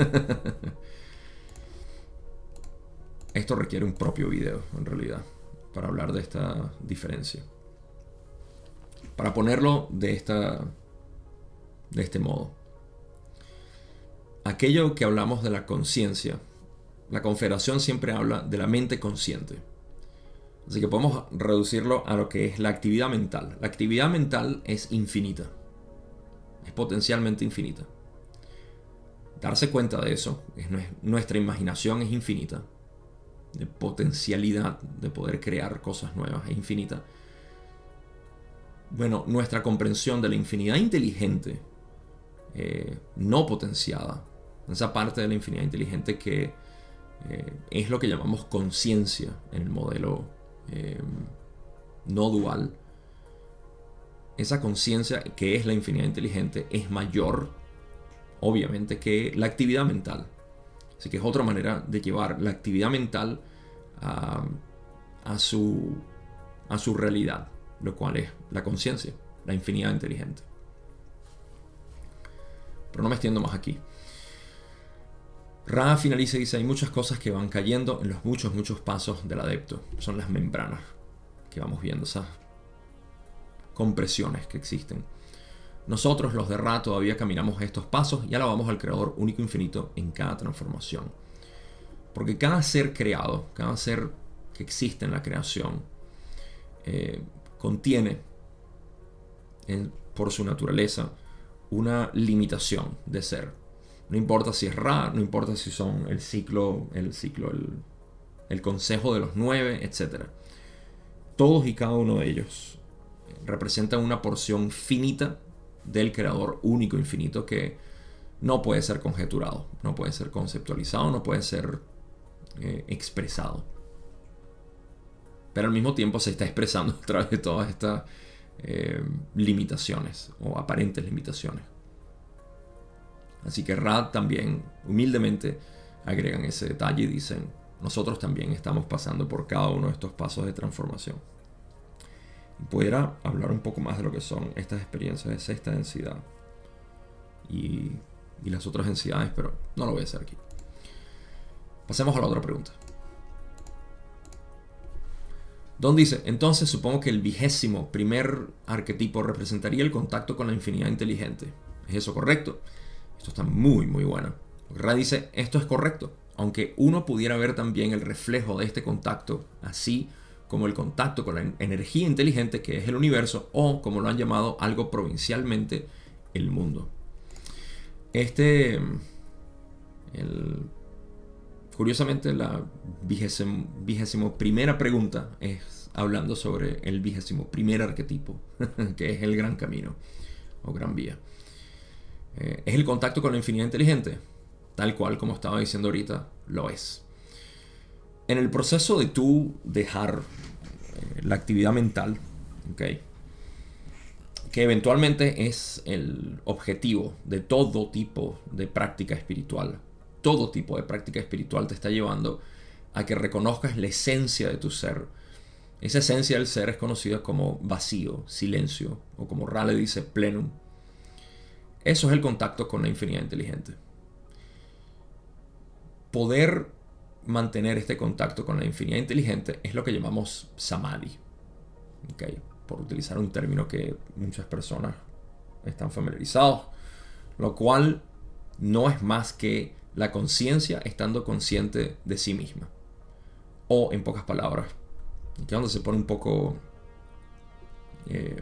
Esto requiere un propio video, en realidad, para hablar de esta diferencia. Para ponerlo de, esta, de este modo. Aquello que hablamos de la conciencia, la Confederación siempre habla de la mente consciente. Así que podemos reducirlo a lo que es la actividad mental. La actividad mental es infinita. Es potencialmente infinita. Darse cuenta de eso, es nuestra imaginación es infinita. De potencialidad de poder crear cosas nuevas es infinita. Bueno, nuestra comprensión de la infinidad inteligente, eh, no potenciada, esa parte de la infinidad inteligente que eh, es lo que llamamos conciencia en el modelo eh, no dual. Esa conciencia que es la infinidad inteligente es mayor, obviamente, que la actividad mental. Así que es otra manera de llevar la actividad mental a, a, su, a su realidad, lo cual es la conciencia, la infinidad inteligente. Pero no me extiendo más aquí. Ra finaliza y dice, hay muchas cosas que van cayendo en los muchos, muchos pasos del adepto. Son las membranas que vamos viendo, esas compresiones que existen. Nosotros, los de Ra, todavía caminamos estos pasos y alabamos al Creador único e infinito en cada transformación. Porque cada ser creado, cada ser que existe en la creación, eh, contiene, en, por su naturaleza, una limitación de ser. No importa si es Ra, no importa si son el ciclo, el ciclo, el, el consejo de los nueve, etcétera. Todos y cada uno de ellos representan una porción finita del Creador único infinito que no puede ser conjeturado, no puede ser conceptualizado, no puede ser eh, expresado. Pero al mismo tiempo se está expresando a través de todas estas eh, limitaciones o aparentes limitaciones. Así que Ra también humildemente agregan ese detalle y dicen, nosotros también estamos pasando por cada uno de estos pasos de transformación. Y pudiera hablar un poco más de lo que son estas experiencias de sexta densidad y, y las otras densidades, pero no lo voy a hacer aquí. Pasemos a la otra pregunta. Don dice, entonces supongo que el vigésimo primer arquetipo representaría el contacto con la infinidad inteligente. ¿Es eso correcto? Esto está muy muy bueno. Ra dice, esto es correcto, aunque uno pudiera ver también el reflejo de este contacto, así como el contacto con la energía inteligente que es el universo, o como lo han llamado algo provincialmente, el mundo. Este, el Curiosamente, la vigésimo, vigésimo primera pregunta es hablando sobre el vigésimo primer arquetipo, que es el gran camino o gran vía. Eh, ¿Es el contacto con la infinidad inteligente? Tal cual, como estaba diciendo ahorita, lo es. En el proceso de tú dejar eh, la actividad mental, ¿okay?, que eventualmente es el objetivo de todo tipo de práctica espiritual. Todo tipo de práctica espiritual te está llevando a que reconozcas la esencia de tu ser. Esa esencia del ser es conocida como vacío, silencio, o como Raleigh dice, plenum. Eso es el contacto con la infinidad inteligente. Poder mantener este contacto con la infinidad inteligente es lo que llamamos samadhi. ¿Okay? Por utilizar un término que muchas personas están familiarizados, lo cual no es más que la conciencia estando consciente de sí misma. O, en pocas palabras, aquí es donde se pone un poco eh,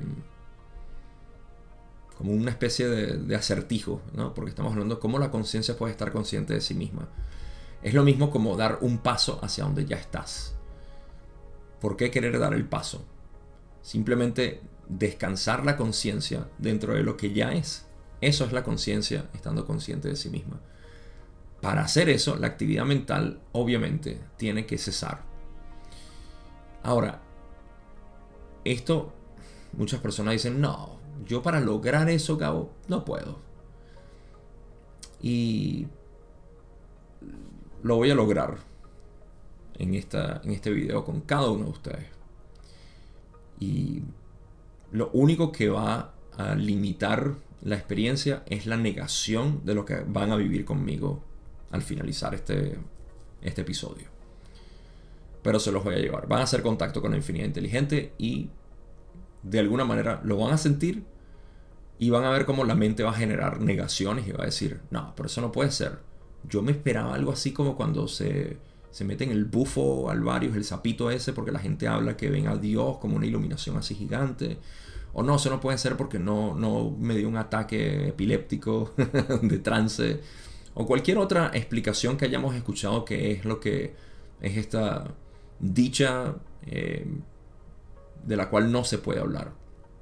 como una especie de, de acertijo, ¿no? Porque estamos hablando de cómo la conciencia puede estar consciente de sí misma. Es lo mismo como dar un paso hacia donde ya estás. ¿Por qué querer dar el paso? Simplemente descansar la conciencia dentro de lo que ya es. Eso es la conciencia estando consciente de sí misma. Para hacer eso, la actividad mental obviamente tiene que cesar. Ahora, esto, muchas personas dicen, no, yo para lograr eso, Gabo, no puedo. Y lo voy a lograr en, esta, en este video con cada uno de ustedes. Y lo único que va a limitar la experiencia es la negación de lo que van a vivir conmigo al finalizar este, este episodio. Pero se los voy a llevar. Van a hacer contacto con la infinidad inteligente y de alguna manera lo van a sentir y van a ver cómo la mente va a generar negaciones y va a decir, no, pero eso no puede ser. Yo me esperaba algo así como cuando se... se mete en el bufo alvarius, el sapito ese, porque la gente habla que ven a Dios como una iluminación así gigante. O no, eso no puede ser porque no, no me dio un ataque epiléptico de trance. O cualquier otra explicación que hayamos escuchado que es lo que es esta dicha eh, de la cual no se puede hablar.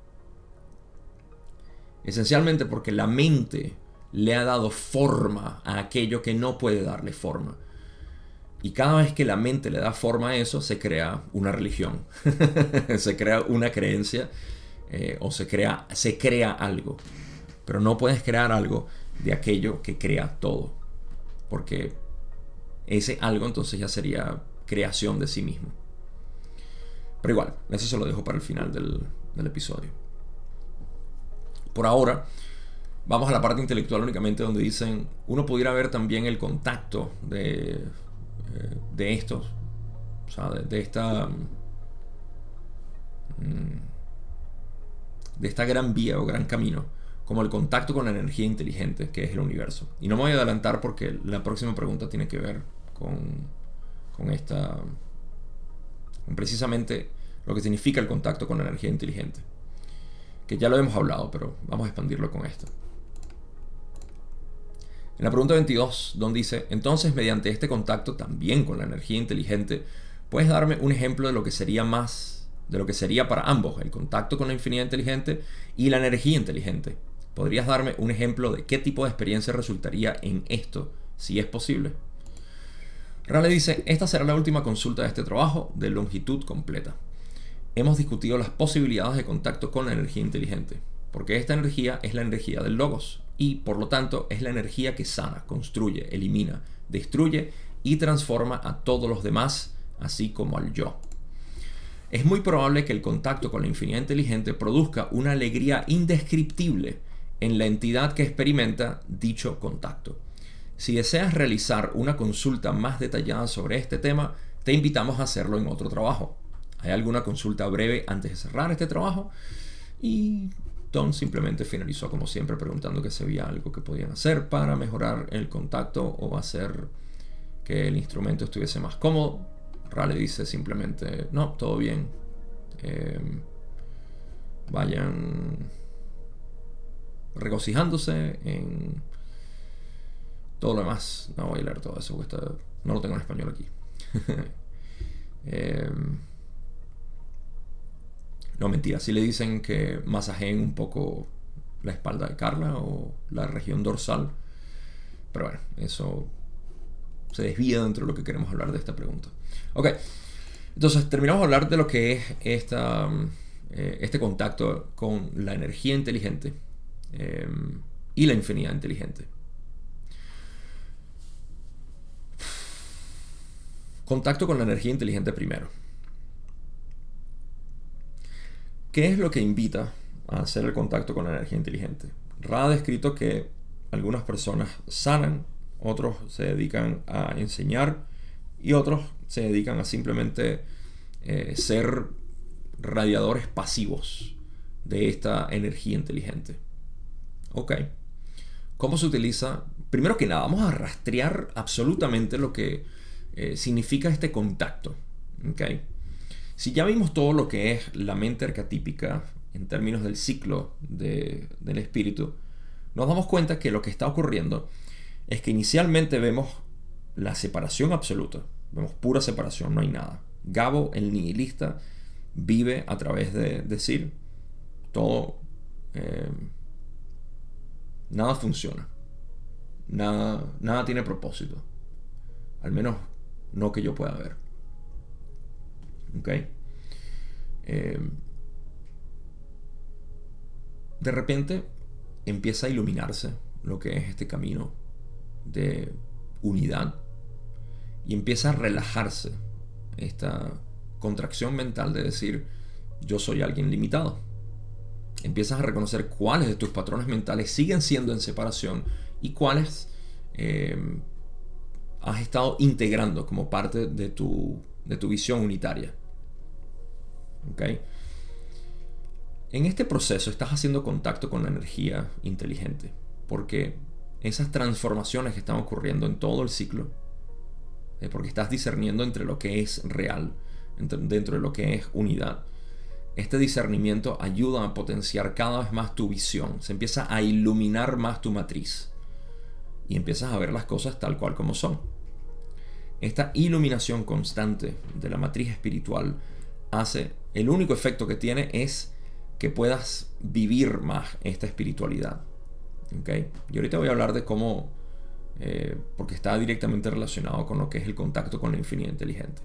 Esencialmente porque la mente le ha dado forma a aquello que no puede darle forma. Y cada vez que la mente le da forma a eso, se crea una religión, se crea una creencia eh, o se crea, se crea algo. Pero no puedes crear algo de aquello que crea todo, porque ese algo entonces ya sería creación de sí mismo. Pero igual, eso se lo dejo para el final del, del episodio. Por ahora, vamos a la parte intelectual únicamente, donde dicen, uno pudiera ver también el contacto de... de estos, o sea, de, de esta de esta gran vía o gran camino, como el contacto con la energía inteligente que es el universo. Y no me voy a adelantar porque la próxima pregunta tiene que ver con, con esta, con precisamente lo que significa el contacto con la energía inteligente, que ya lo hemos hablado, pero vamos a expandirlo con esto. En la pregunta veintidós, Don dice, entonces mediante este contacto también con la energía inteligente, ¿puedes darme un ejemplo de lo que sería más, de lo que sería para ambos, el contacto con la infinidad inteligente y la energía inteligente? ¿Podrías darme un ejemplo de qué tipo de experiencia resultaría en esto, si es posible? Raleigh dice, esta será la última consulta de este trabajo de longitud completa. Hemos discutido las posibilidades de contacto con la energía inteligente, porque esta energía es la energía del logos, y por lo tanto es la energía que sana, construye, elimina, destruye y transforma a todos los demás, así como al yo. Es muy probable que el contacto con la infinidad inteligente produzca una alegría indescriptible en la entidad que experimenta dicho contacto. Si deseas realizar una consulta más detallada sobre este tema, te invitamos a hacerlo en otro trabajo. ¿Hay alguna consulta breve antes de cerrar este trabajo? Y Don simplemente finalizó como siempre preguntando que si había algo que podían hacer para mejorar el contacto o hacer que el instrumento estuviese más cómodo. Raleigh dice simplemente, no, todo bien. Eh, vayan regocijándose en todo lo demás. No voy a leer todo eso porque está No lo tengo en español aquí. eh, no, mentira. Sí le dicen que masajeen un poco la espalda de Carla o la región dorsal. Pero bueno, eso se desvía dentro de lo que queremos hablar de esta pregunta. Ok, entonces terminamos de hablar de lo que es esta, eh, este contacto con la energía inteligente eh, y la infinidad inteligente. Contacto con la energía inteligente primero. ¿Qué es lo que invita a hacer el contacto con la energía inteligente? Ra ha descrito que algunas personas sanan, otros se dedican a enseñar y otros se dedican a simplemente eh, ser radiadores pasivos de esta energía inteligente. Ok. ¿Cómo se utiliza? Primero que nada, vamos a rastrear absolutamente lo que eh, significa este contacto. Ok. Si ya vimos todo lo que es la mente arquetípica en términos del ciclo de, del espíritu, nos damos cuenta que lo que está ocurriendo es que inicialmente vemos la separación absoluta. Vemos pura separación, no hay nada. Gabo, el nihilista, vive a través de decir todo, eh, nada funciona, nada, nada tiene propósito, al menos no que yo pueda ver. Ok. Eh, de repente empieza a iluminarse lo que es este camino de unidad y empieza a relajarse esta contracción mental de decir yo soy alguien limitado. Empiezas a reconocer cuáles de tus patrones mentales siguen siendo en separación y cuáles eh, has estado integrando como parte de tu, de tu visión unitaria. ¿Okay? En este proceso estás haciendo contacto con la energía inteligente, porque esas transformaciones que están ocurriendo en todo el ciclo, eh, porque estás discerniendo entre lo que es real, entre, dentro de lo que es unidad. Este discernimiento ayuda a potenciar cada vez más tu visión, se empieza a iluminar más tu matriz y empiezas a ver las cosas tal cual como son. Esta iluminación constante de la matriz espiritual hace, el único efecto que tiene es que puedas vivir más esta espiritualidad. ¿Okay? Y ahorita voy a hablar de cómo, eh, porque está directamente relacionado con lo que es el contacto con la infinidad inteligente.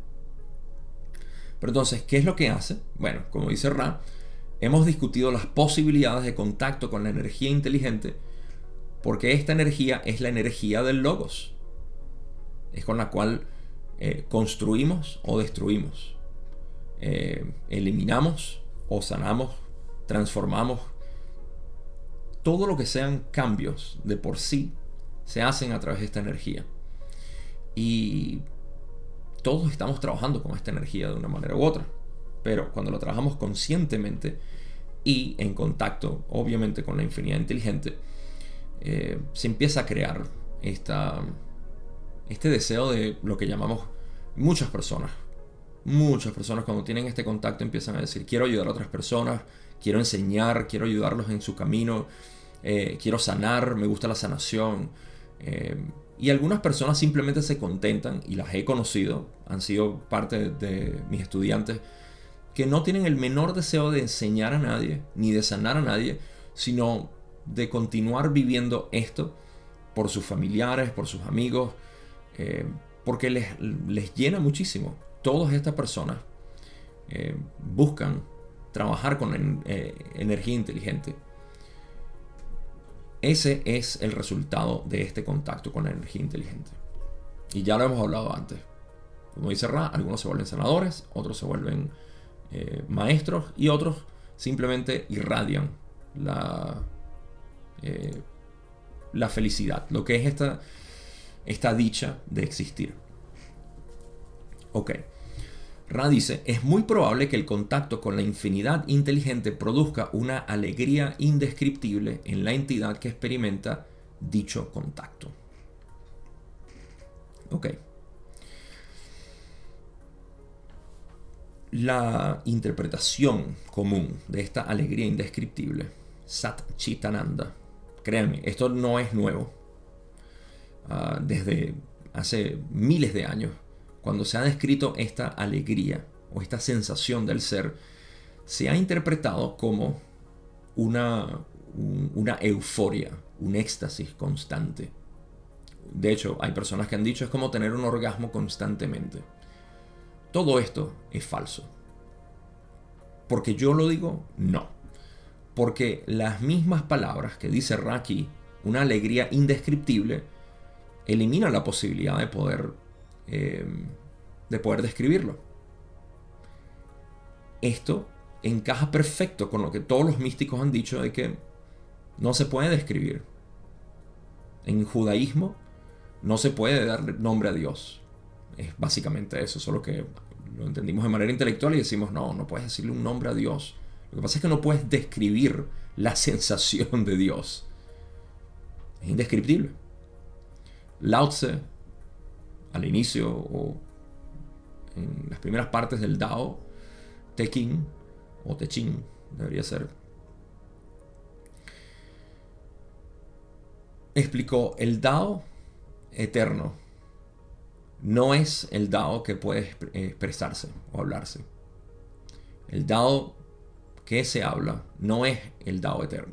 Pero entonces, ¿qué es lo que hace? Bueno, como dice Ra, hemos discutido las posibilidades de contacto con la energía inteligente porque esta energía es la energía del logos. Es con la cual eh, construimos o destruimos. Eh, eliminamos o sanamos, transformamos. Todo lo que sean cambios de por sí se hacen a través de esta energía. Y todos estamos trabajando con esta energía de una manera u otra. Pero cuando lo trabajamos conscientemente y en contacto, obviamente, con la infinidad inteligente, eh, se empieza a crear esta, este deseo de lo que llamamos muchas personas. Muchas personas cuando tienen este contacto empiezan a decir, quiero ayudar a otras personas, quiero enseñar, quiero ayudarlos en su camino, eh, quiero sanar, me gusta la sanación. Eh, y algunas personas simplemente se contentan, y las he conocido, han sido parte de, de mis estudiantes, que no tienen el menor deseo de enseñar a nadie, ni de sanar a nadie, sino de continuar viviendo esto por sus familiares, por sus amigos, eh, porque les, les llena muchísimo. Todas estas personas eh, buscan trabajar con eh, energía inteligente. Ese es el resultado de este contacto con la energía inteligente. Y ya lo hemos hablado antes. Como dice Ra, algunos se vuelven sanadores, otros se vuelven eh, maestros y otros simplemente irradian la, eh, la felicidad, lo que es esta, esta dicha de existir. Ok. Ra dice, es muy probable que el contacto con la infinidad inteligente produzca una alegría indescriptible en la entidad que experimenta dicho contacto. Ok. La interpretación común de esta alegría indescriptible, Sat Chitananda, créanme, esto no es nuevo. Uh, desde hace miles de años, cuando se ha descrito esta alegría o esta sensación del ser, se ha interpretado como una, una euforia, un éxtasis constante. De hecho, hay personas que han dicho es como tener un orgasmo constantemente. Todo esto es falso. ¿Porque yo lo digo? No. Porque las mismas palabras que dice Raki, una alegría indescriptible, eliminan la posibilidad de poder, eh, de poder describirlo. Esto encaja perfecto con lo que todos los místicos han dicho de que no se puede describir. En judaísmo no se puede dar nombre a Dios. Es básicamente eso, solo que lo entendimos de manera intelectual y decimos, no, no puedes decirle un nombre a Dios. Lo que pasa es que no puedes describir la sensación de Dios. Es indescriptible. Lao Tse, al inicio o en las primeras partes del Dao, Te Ching o Te Ching debería ser, explicó el Dao eterno no es el Dao que puede expresarse o hablarse. El Dao que se habla no es el Dao eterno.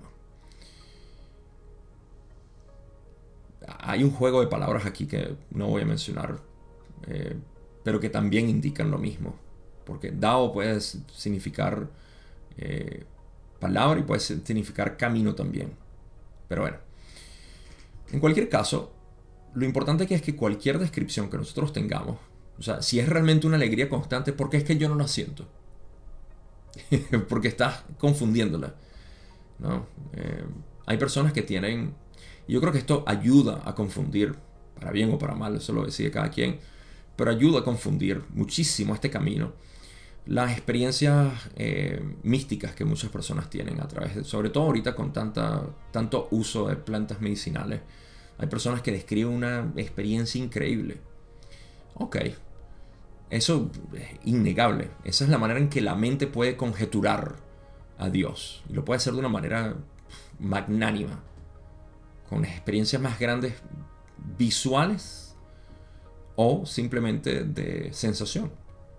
Hay un juego de palabras aquí que no voy a mencionar, eh, pero que también indican lo mismo. Porque Dao puede significar eh, palabra y puede significar camino también. Pero bueno, en cualquier caso, lo importante aquí es que cualquier descripción que nosotros tengamos, o sea, si es realmente una alegría constante, ¿por qué es que yo no la siento? Porque estás confundiéndola, ¿no? Eh, hay personas que tienen, y yo creo que esto ayuda a confundir, para bien o para mal, eso lo decide cada quien, pero ayuda a confundir muchísimo este camino, las experiencias eh, místicas que muchas personas tienen a través de, sobre todo ahorita con tanta, tanto uso de plantas medicinales. Hay personas que describen una experiencia increíble. Ok, eso es innegable. Esa es la manera en que la mente puede conjeturar a Dios. Y lo puede hacer de una manera magnánima. Con experiencias más grandes visuales o simplemente de sensación.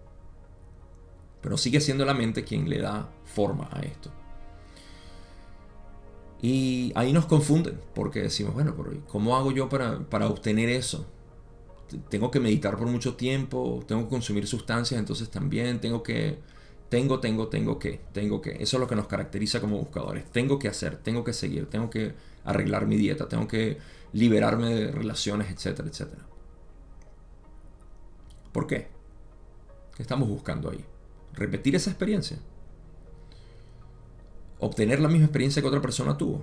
Pero sigue siendo la mente quien le da forma a esto. Y ahí nos confunden, porque decimos, bueno, pero ¿cómo hago yo para, para obtener eso? Tengo que meditar por mucho tiempo, tengo que consumir sustancias, entonces también tengo que, tengo, tengo, tengo que, tengo que. Eso es lo que nos caracteriza como buscadores. Tengo que hacer, tengo que seguir, tengo que arreglar mi dieta, tengo que liberarme de relaciones, etcétera, etcétera. ¿Por qué? ¿Qué estamos buscando ahí? ¿Repetir esa experiencia? ¿Obtener la misma experiencia que otra persona tuvo?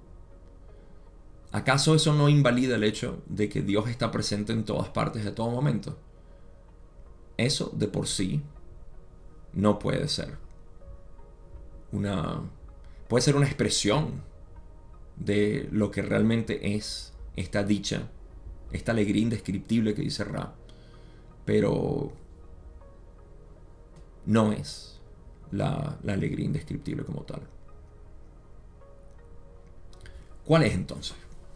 ¿Acaso eso no invalida el hecho de que Dios está presente en todas partes de todo momento? Eso de por sí no puede ser una... Puede ser una expresión de lo que realmente es esta dicha, esta alegría indescriptible que dice Ra, pero no es la, la alegría indescriptible como tal. ¿Cuál es entonces?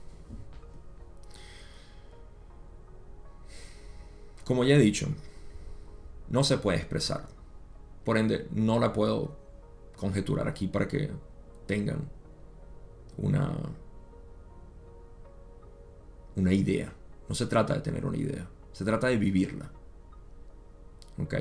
Como ya he dicho, no se puede expresar. Por ende, no la puedo conjeturar aquí para que tengan una, una idea. No se trata de tener una idea. Se trata de vivirla. ¿Ok?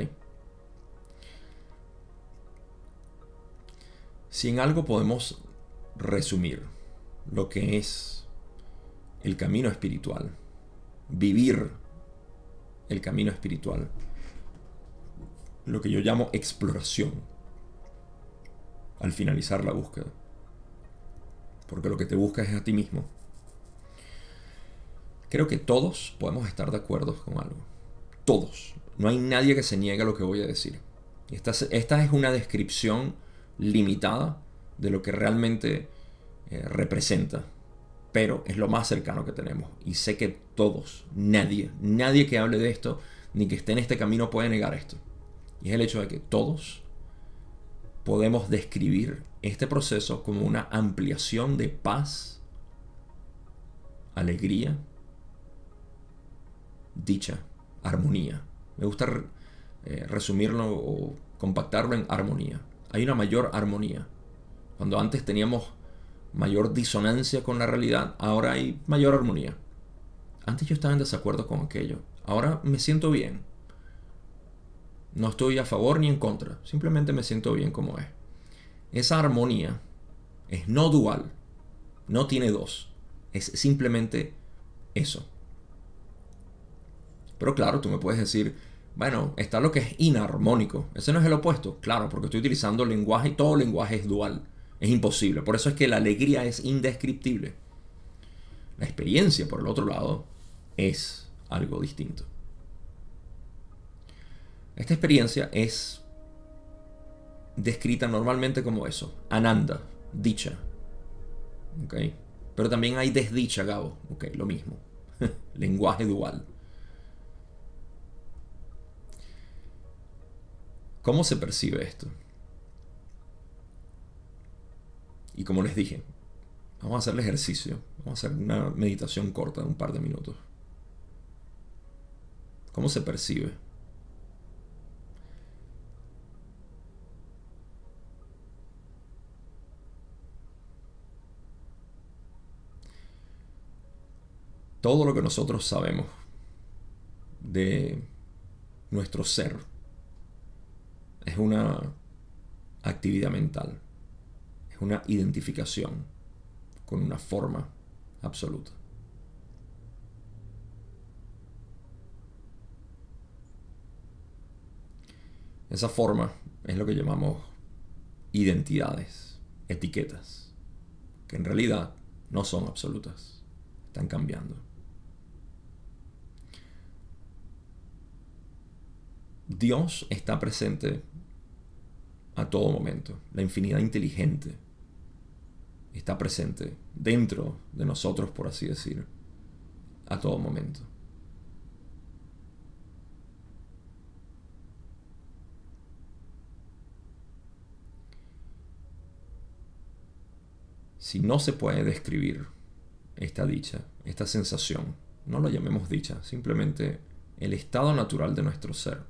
Si en algo podemos resumir lo que es el camino espiritual, vivir el camino espiritual, lo que yo llamo exploración, al finalizar la búsqueda, porque lo que te buscas es a ti mismo. Creo que todos podemos estar de acuerdo con algo. Todos. No hay nadie que se niegue a lo que voy a decir. Esta, esta es una descripción limitada de lo que realmente eh, representa, pero es lo más cercano que tenemos. Y sé que todos, nadie, nadie que hable de esto, ni que esté en este camino puede negar esto. Y es el hecho de que todos podemos describir este proceso como una ampliación de paz, alegría dicha, armonía. Me gusta eh, resumirlo o compactarlo en armonía. Hay una mayor armonía. Cuando antes teníamos mayor disonancia con la realidad, ahora hay mayor armonía. Antes yo estaba en desacuerdo con aquello. Ahora me siento bien. No estoy a favor ni en contra. Simplemente me siento bien como es. Esa armonía es no dual. No tiene dos. Es simplemente eso. Pero claro, tú me puedes decir, bueno, está lo que es inarmónico. Ese no es el opuesto. Claro, porque estoy utilizando lenguaje y todo lenguaje es dual. Es imposible. Por eso es que la alegría es indescriptible. La experiencia, por el otro lado, es algo distinto. Esta experiencia es descrita normalmente como eso, ananda, dicha. ¿Okay? Pero también hay desdicha, Gabo. Ok, lo mismo. Lenguaje dual. ¿Cómo se percibe esto? Y como les dije, vamos a hacer el ejercicio. Vamos a hacer una meditación corta de un par de minutos. ¿Cómo se percibe? Todo lo que nosotros sabemos de nuestro ser es una actividad mental, es una identificación con una forma absoluta. Esa forma es lo que llamamos identidades, etiquetas, que en realidad no son absolutas, están cambiando. Dios está presente a todo momento. La infinidad inteligente está presente dentro de nosotros, por así decir, a todo momento. Si no se puede describir esta dicha, esta sensación, no lo llamemos dicha, simplemente el estado natural de nuestro ser,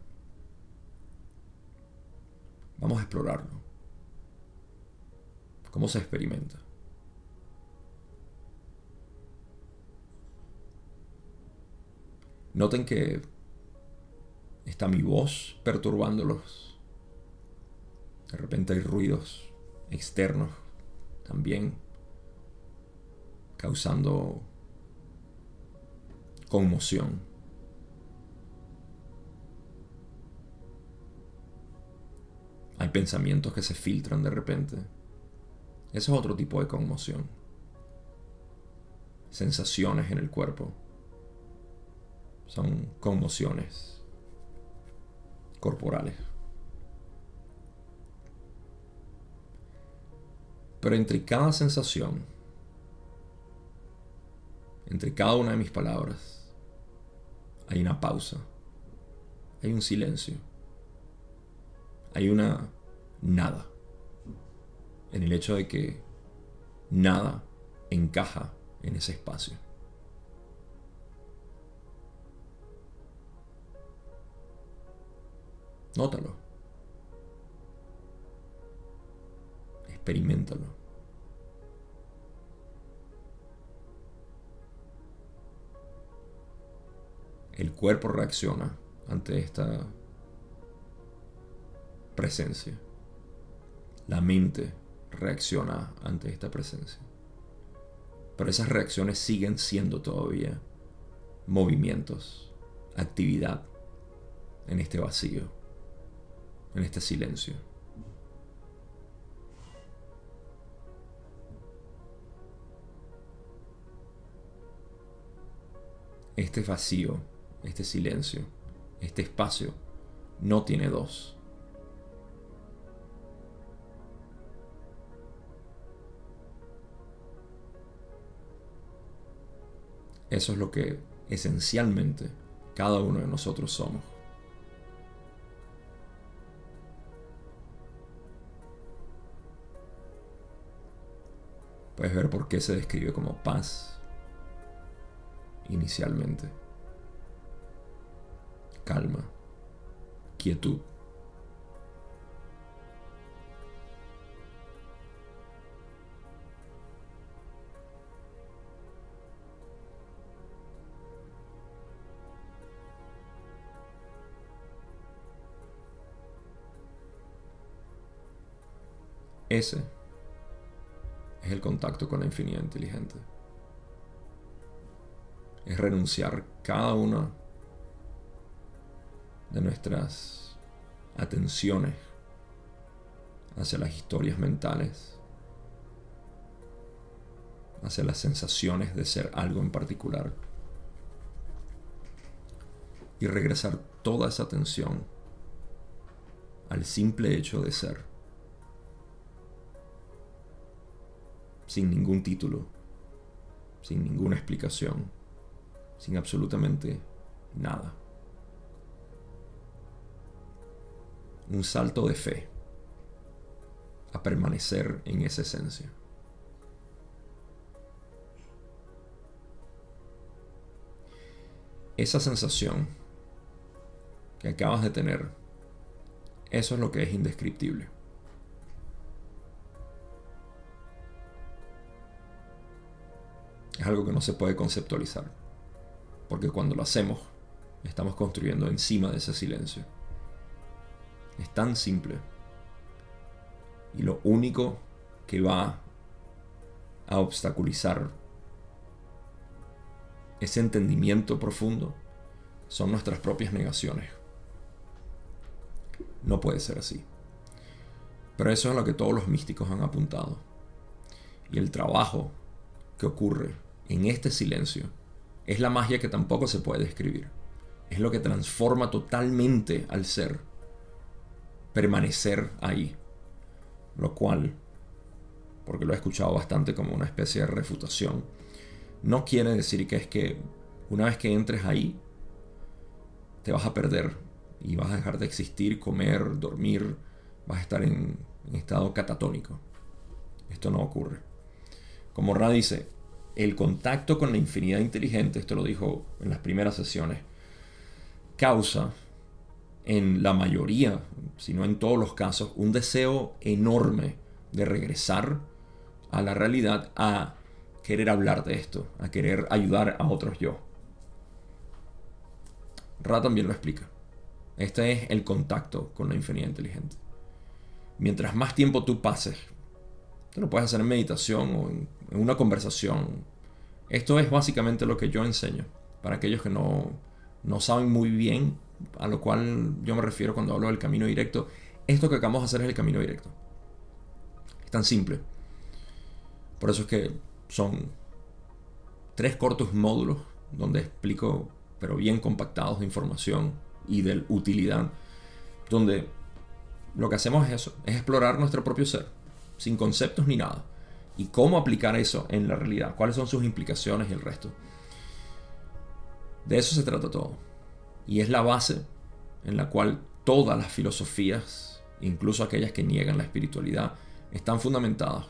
vamos a explorarlo. ¿Cómo se experimenta? Noten que está mi voz perturbándolos. De repente hay ruidos externos también causando conmoción. Hay pensamientos que se filtran de repente. Eso es otro tipo de conmoción. Sensaciones en el cuerpo. Son conmociones corporales. Pero entre cada sensación, entre cada una de mis palabras, hay una pausa, hay un silencio, hay una nada, en el hecho de que nada encaja en ese espacio. Nótalo. Experiméntalo. El cuerpo reacciona ante esta presencia. La mente reacciona ante esta presencia. Pero esas reacciones siguen siendo todavía movimientos, actividad en este vacío, en este silencio. Este vacío, este silencio, este espacio no tiene dos. Eso es lo que esencialmente cada uno de nosotros somos. Puedes ver por qué se describe como paz inicialmente. calma, quietud. Ese es el contacto con la infinidad inteligente. Es renunciar cada una de nuestras atenciones hacia las historias mentales, hacia las sensaciones de ser algo en particular, y regresar toda esa atención al simple hecho de ser, sin ningún título, sin ninguna explicación, sin absolutamente nada. Un salto de fe a permanecer en esa esencia. Esa sensación que acabas de tener, eso es lo que es indescriptible. Es algo que no se puede conceptualizar, porque cuando lo hacemos, estamos construyendo encima de ese silencio. Es tan simple. Y lo único que va a obstaculizar ese entendimiento profundo son nuestras propias negaciones. No puede ser así. Pero eso es a lo que todos los místicos han apuntado. Y el trabajo que ocurre en este silencio es la magia que tampoco se puede describir. Es lo que transforma totalmente al ser, permanecer ahí. Lo cual, porque lo he escuchado bastante como una especie de refutación, no quiere decir que es que una vez que entres ahí, te vas a perder y vas a dejar de existir, comer, dormir, vas a estar en, en estado catatónico. Esto no ocurre. Como Ra dice, el contacto con la infinidad inteligente, esto lo dijo en las primeras sesiones, causa en la mayoría, si no en todos los casos, un deseo enorme de regresar a la realidad, a querer hablar de esto, a querer ayudar a otros yo. Ra también lo explica. Este es el contacto con la infinidad inteligente. Mientras más tiempo tú pases, tú lo puedes hacer en meditación o en, en una conversación. Esto es básicamente lo que yo enseño para aquellos que no, no saben muy bien a lo cual yo me refiero cuando hablo del camino directo. Esto que acabamos de hacer es el camino directo. Es tan simple. Por eso es que son tres cortos módulos donde explico, pero bien compactados de información y de utilidad, donde lo que hacemos es eso, es explorar nuestro propio ser, sin conceptos ni nada, y cómo aplicar eso en la realidad, cuáles son sus implicaciones y el resto. De eso se trata todo. Y es la base en la cual todas las filosofías, incluso aquellas que niegan la espiritualidad, están fundamentadas.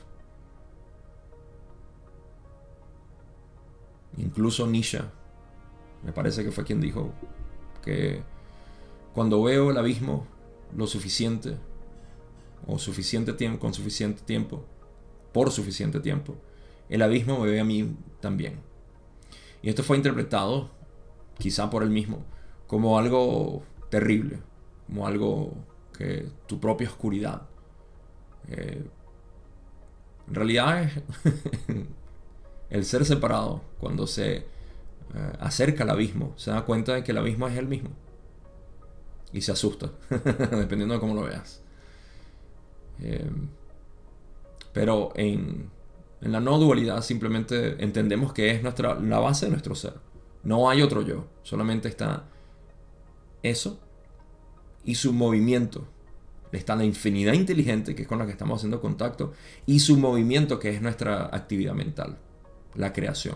Incluso Nietzsche, me parece que fue quien dijo que cuando veo el abismo lo suficiente, o suficiente tiempo, con suficiente tiempo, por suficiente tiempo, el abismo me ve a mí también. Y esto fue interpretado, quizá por él mismo, como algo terrible, como algo que tu propia oscuridad. Eh, en realidad es el ser separado, cuando se eh, acerca al abismo, se da cuenta de que el abismo es él mismo. Y se asusta, dependiendo de cómo lo veas. Eh, pero en, en la no dualidad simplemente entendemos que es nuestra, la base de nuestro ser. No hay otro yo, solamente está eso y su movimiento. Está la infinidad inteligente, que es con la que estamos haciendo contacto, y su movimiento, que es nuestra actividad mental, la creación.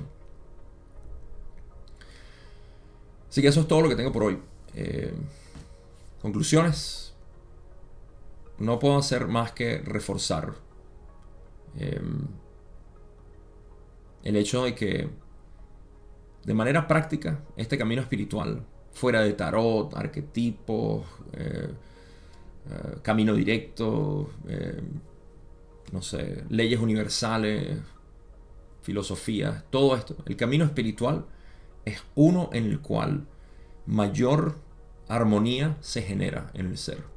Así que eso es todo lo que tengo por hoy. Eh, conclusiones. No puedo hacer más que reforzar eh, el hecho de que de manera práctica este camino espiritual fuera de tarot, arquetipos, eh, eh, camino directo, eh, no sé, leyes universales, filosofía, todo esto. El camino espiritual es uno en el cual mayor armonía se genera en el ser.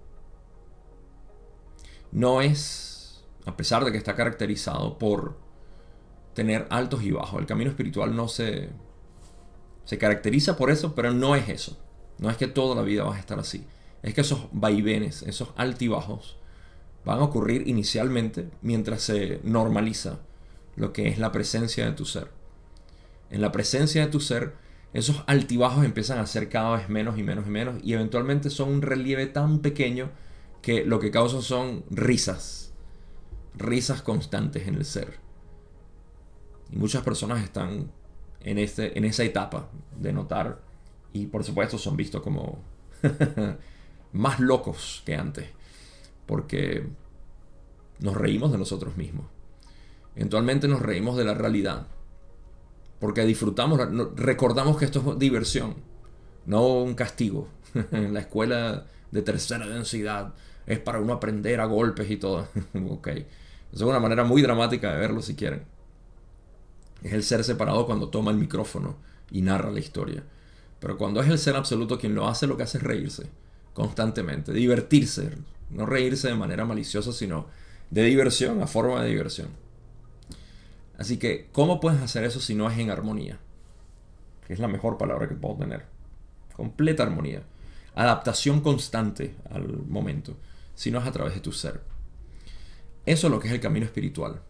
No es, a pesar de que está caracterizado por tener altos y bajos, el camino espiritual no se, se caracteriza por eso, pero no es eso. No es que toda la vida vas a estar así. Es que esos vaivenes, esos altibajos, van a ocurrir inicialmente mientras se normaliza lo que es la presencia de tu ser. En la presencia de tu ser, esos altibajos empiezan a ser cada vez menos y menos y menos, y eventualmente son un relieve tan pequeño que lo que causan son risas, risas constantes en el ser. Y muchas personas están en, este, en esa etapa de notar, y por supuesto son vistos como más locos que antes, porque nos reímos de nosotros mismos. Eventualmente nos reímos de la realidad, porque disfrutamos, recordamos que esto es diversión, no un castigo. En la escuela de tercera densidad es para uno aprender a golpes y todo. Ok, eso es una manera muy dramática de verlo si quieren. Es el ser separado cuando toma el micrófono y narra la historia. Pero cuando es el ser absoluto quien lo hace, lo que hace es reírse constantemente, divertirse, no reírse de manera maliciosa, sino de diversión a forma de diversión. Así que, ¿cómo puedes hacer eso si no es en armonía? Que es la mejor palabra que puedo tener. Completa armonía. Adaptación constante al momento. Si no es a través de tu ser. Eso es lo que es el camino espiritual.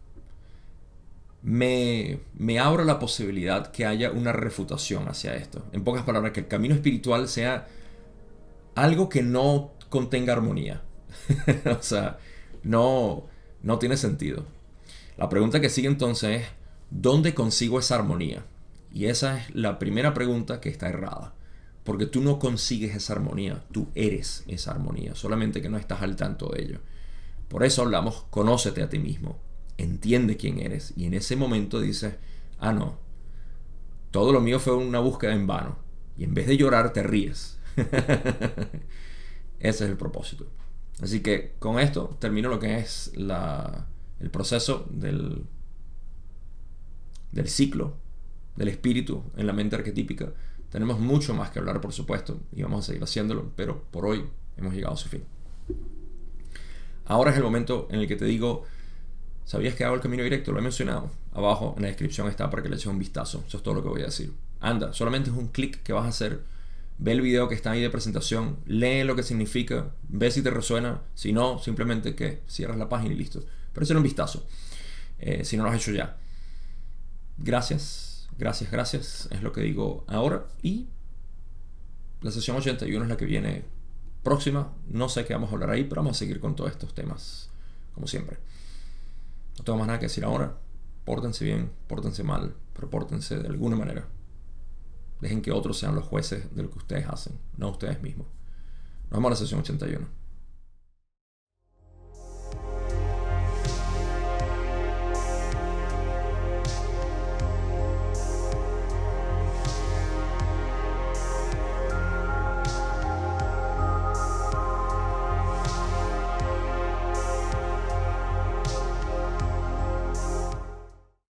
Me, me abro la posibilidad que haya una refutación hacia esto. En pocas palabras, que el camino espiritual sea algo que no contenga armonía. O sea, no, no tiene sentido. La pregunta que sigue entonces es, ¿dónde consigo esa armonía? Y esa es la primera pregunta que está errada. Porque tú no consigues esa armonía, tú eres esa armonía, solamente que no estás al tanto de ello. Por eso hablamos, conócete a ti mismo, entiende quién eres, y en ese momento dices, ah no, todo lo mío fue una búsqueda en vano, y en vez de llorar te ríes. Ese es el propósito. Así que con esto termino lo que es la... el proceso del, del ciclo del espíritu en la mente arquetípica. Tenemos mucho más que hablar, por supuesto, y vamos a seguir haciéndolo, pero por hoy hemos llegado a su fin. Ahora es el momento en el que te digo, ¿sabías que hago el camino directo? Lo he mencionado. Abajo en la descripción está para que le eches un vistazo. Eso es todo lo que voy a decir. Anda, solamente es un clic que vas a hacer. Ve el video que está ahí de presentación, lee lo que significa, ve si te resuena. Si no, simplemente que cierras la página y listo. Pero échale un vistazo, eh, si no lo has hecho ya. Gracias, gracias, gracias, es lo que digo ahora. Y la sesión ochenta y uno es la que viene próxima. No sé qué vamos a hablar ahí, pero vamos a seguir con todos estos temas, como siempre. No tengo más nada que decir ahora. Pórtense bien, pórtense mal, pero pórtense de alguna manera. Dejen que otros sean los jueces de lo que ustedes hacen, no ustedes mismos. Nos vemos en la sesión ochenta y uno.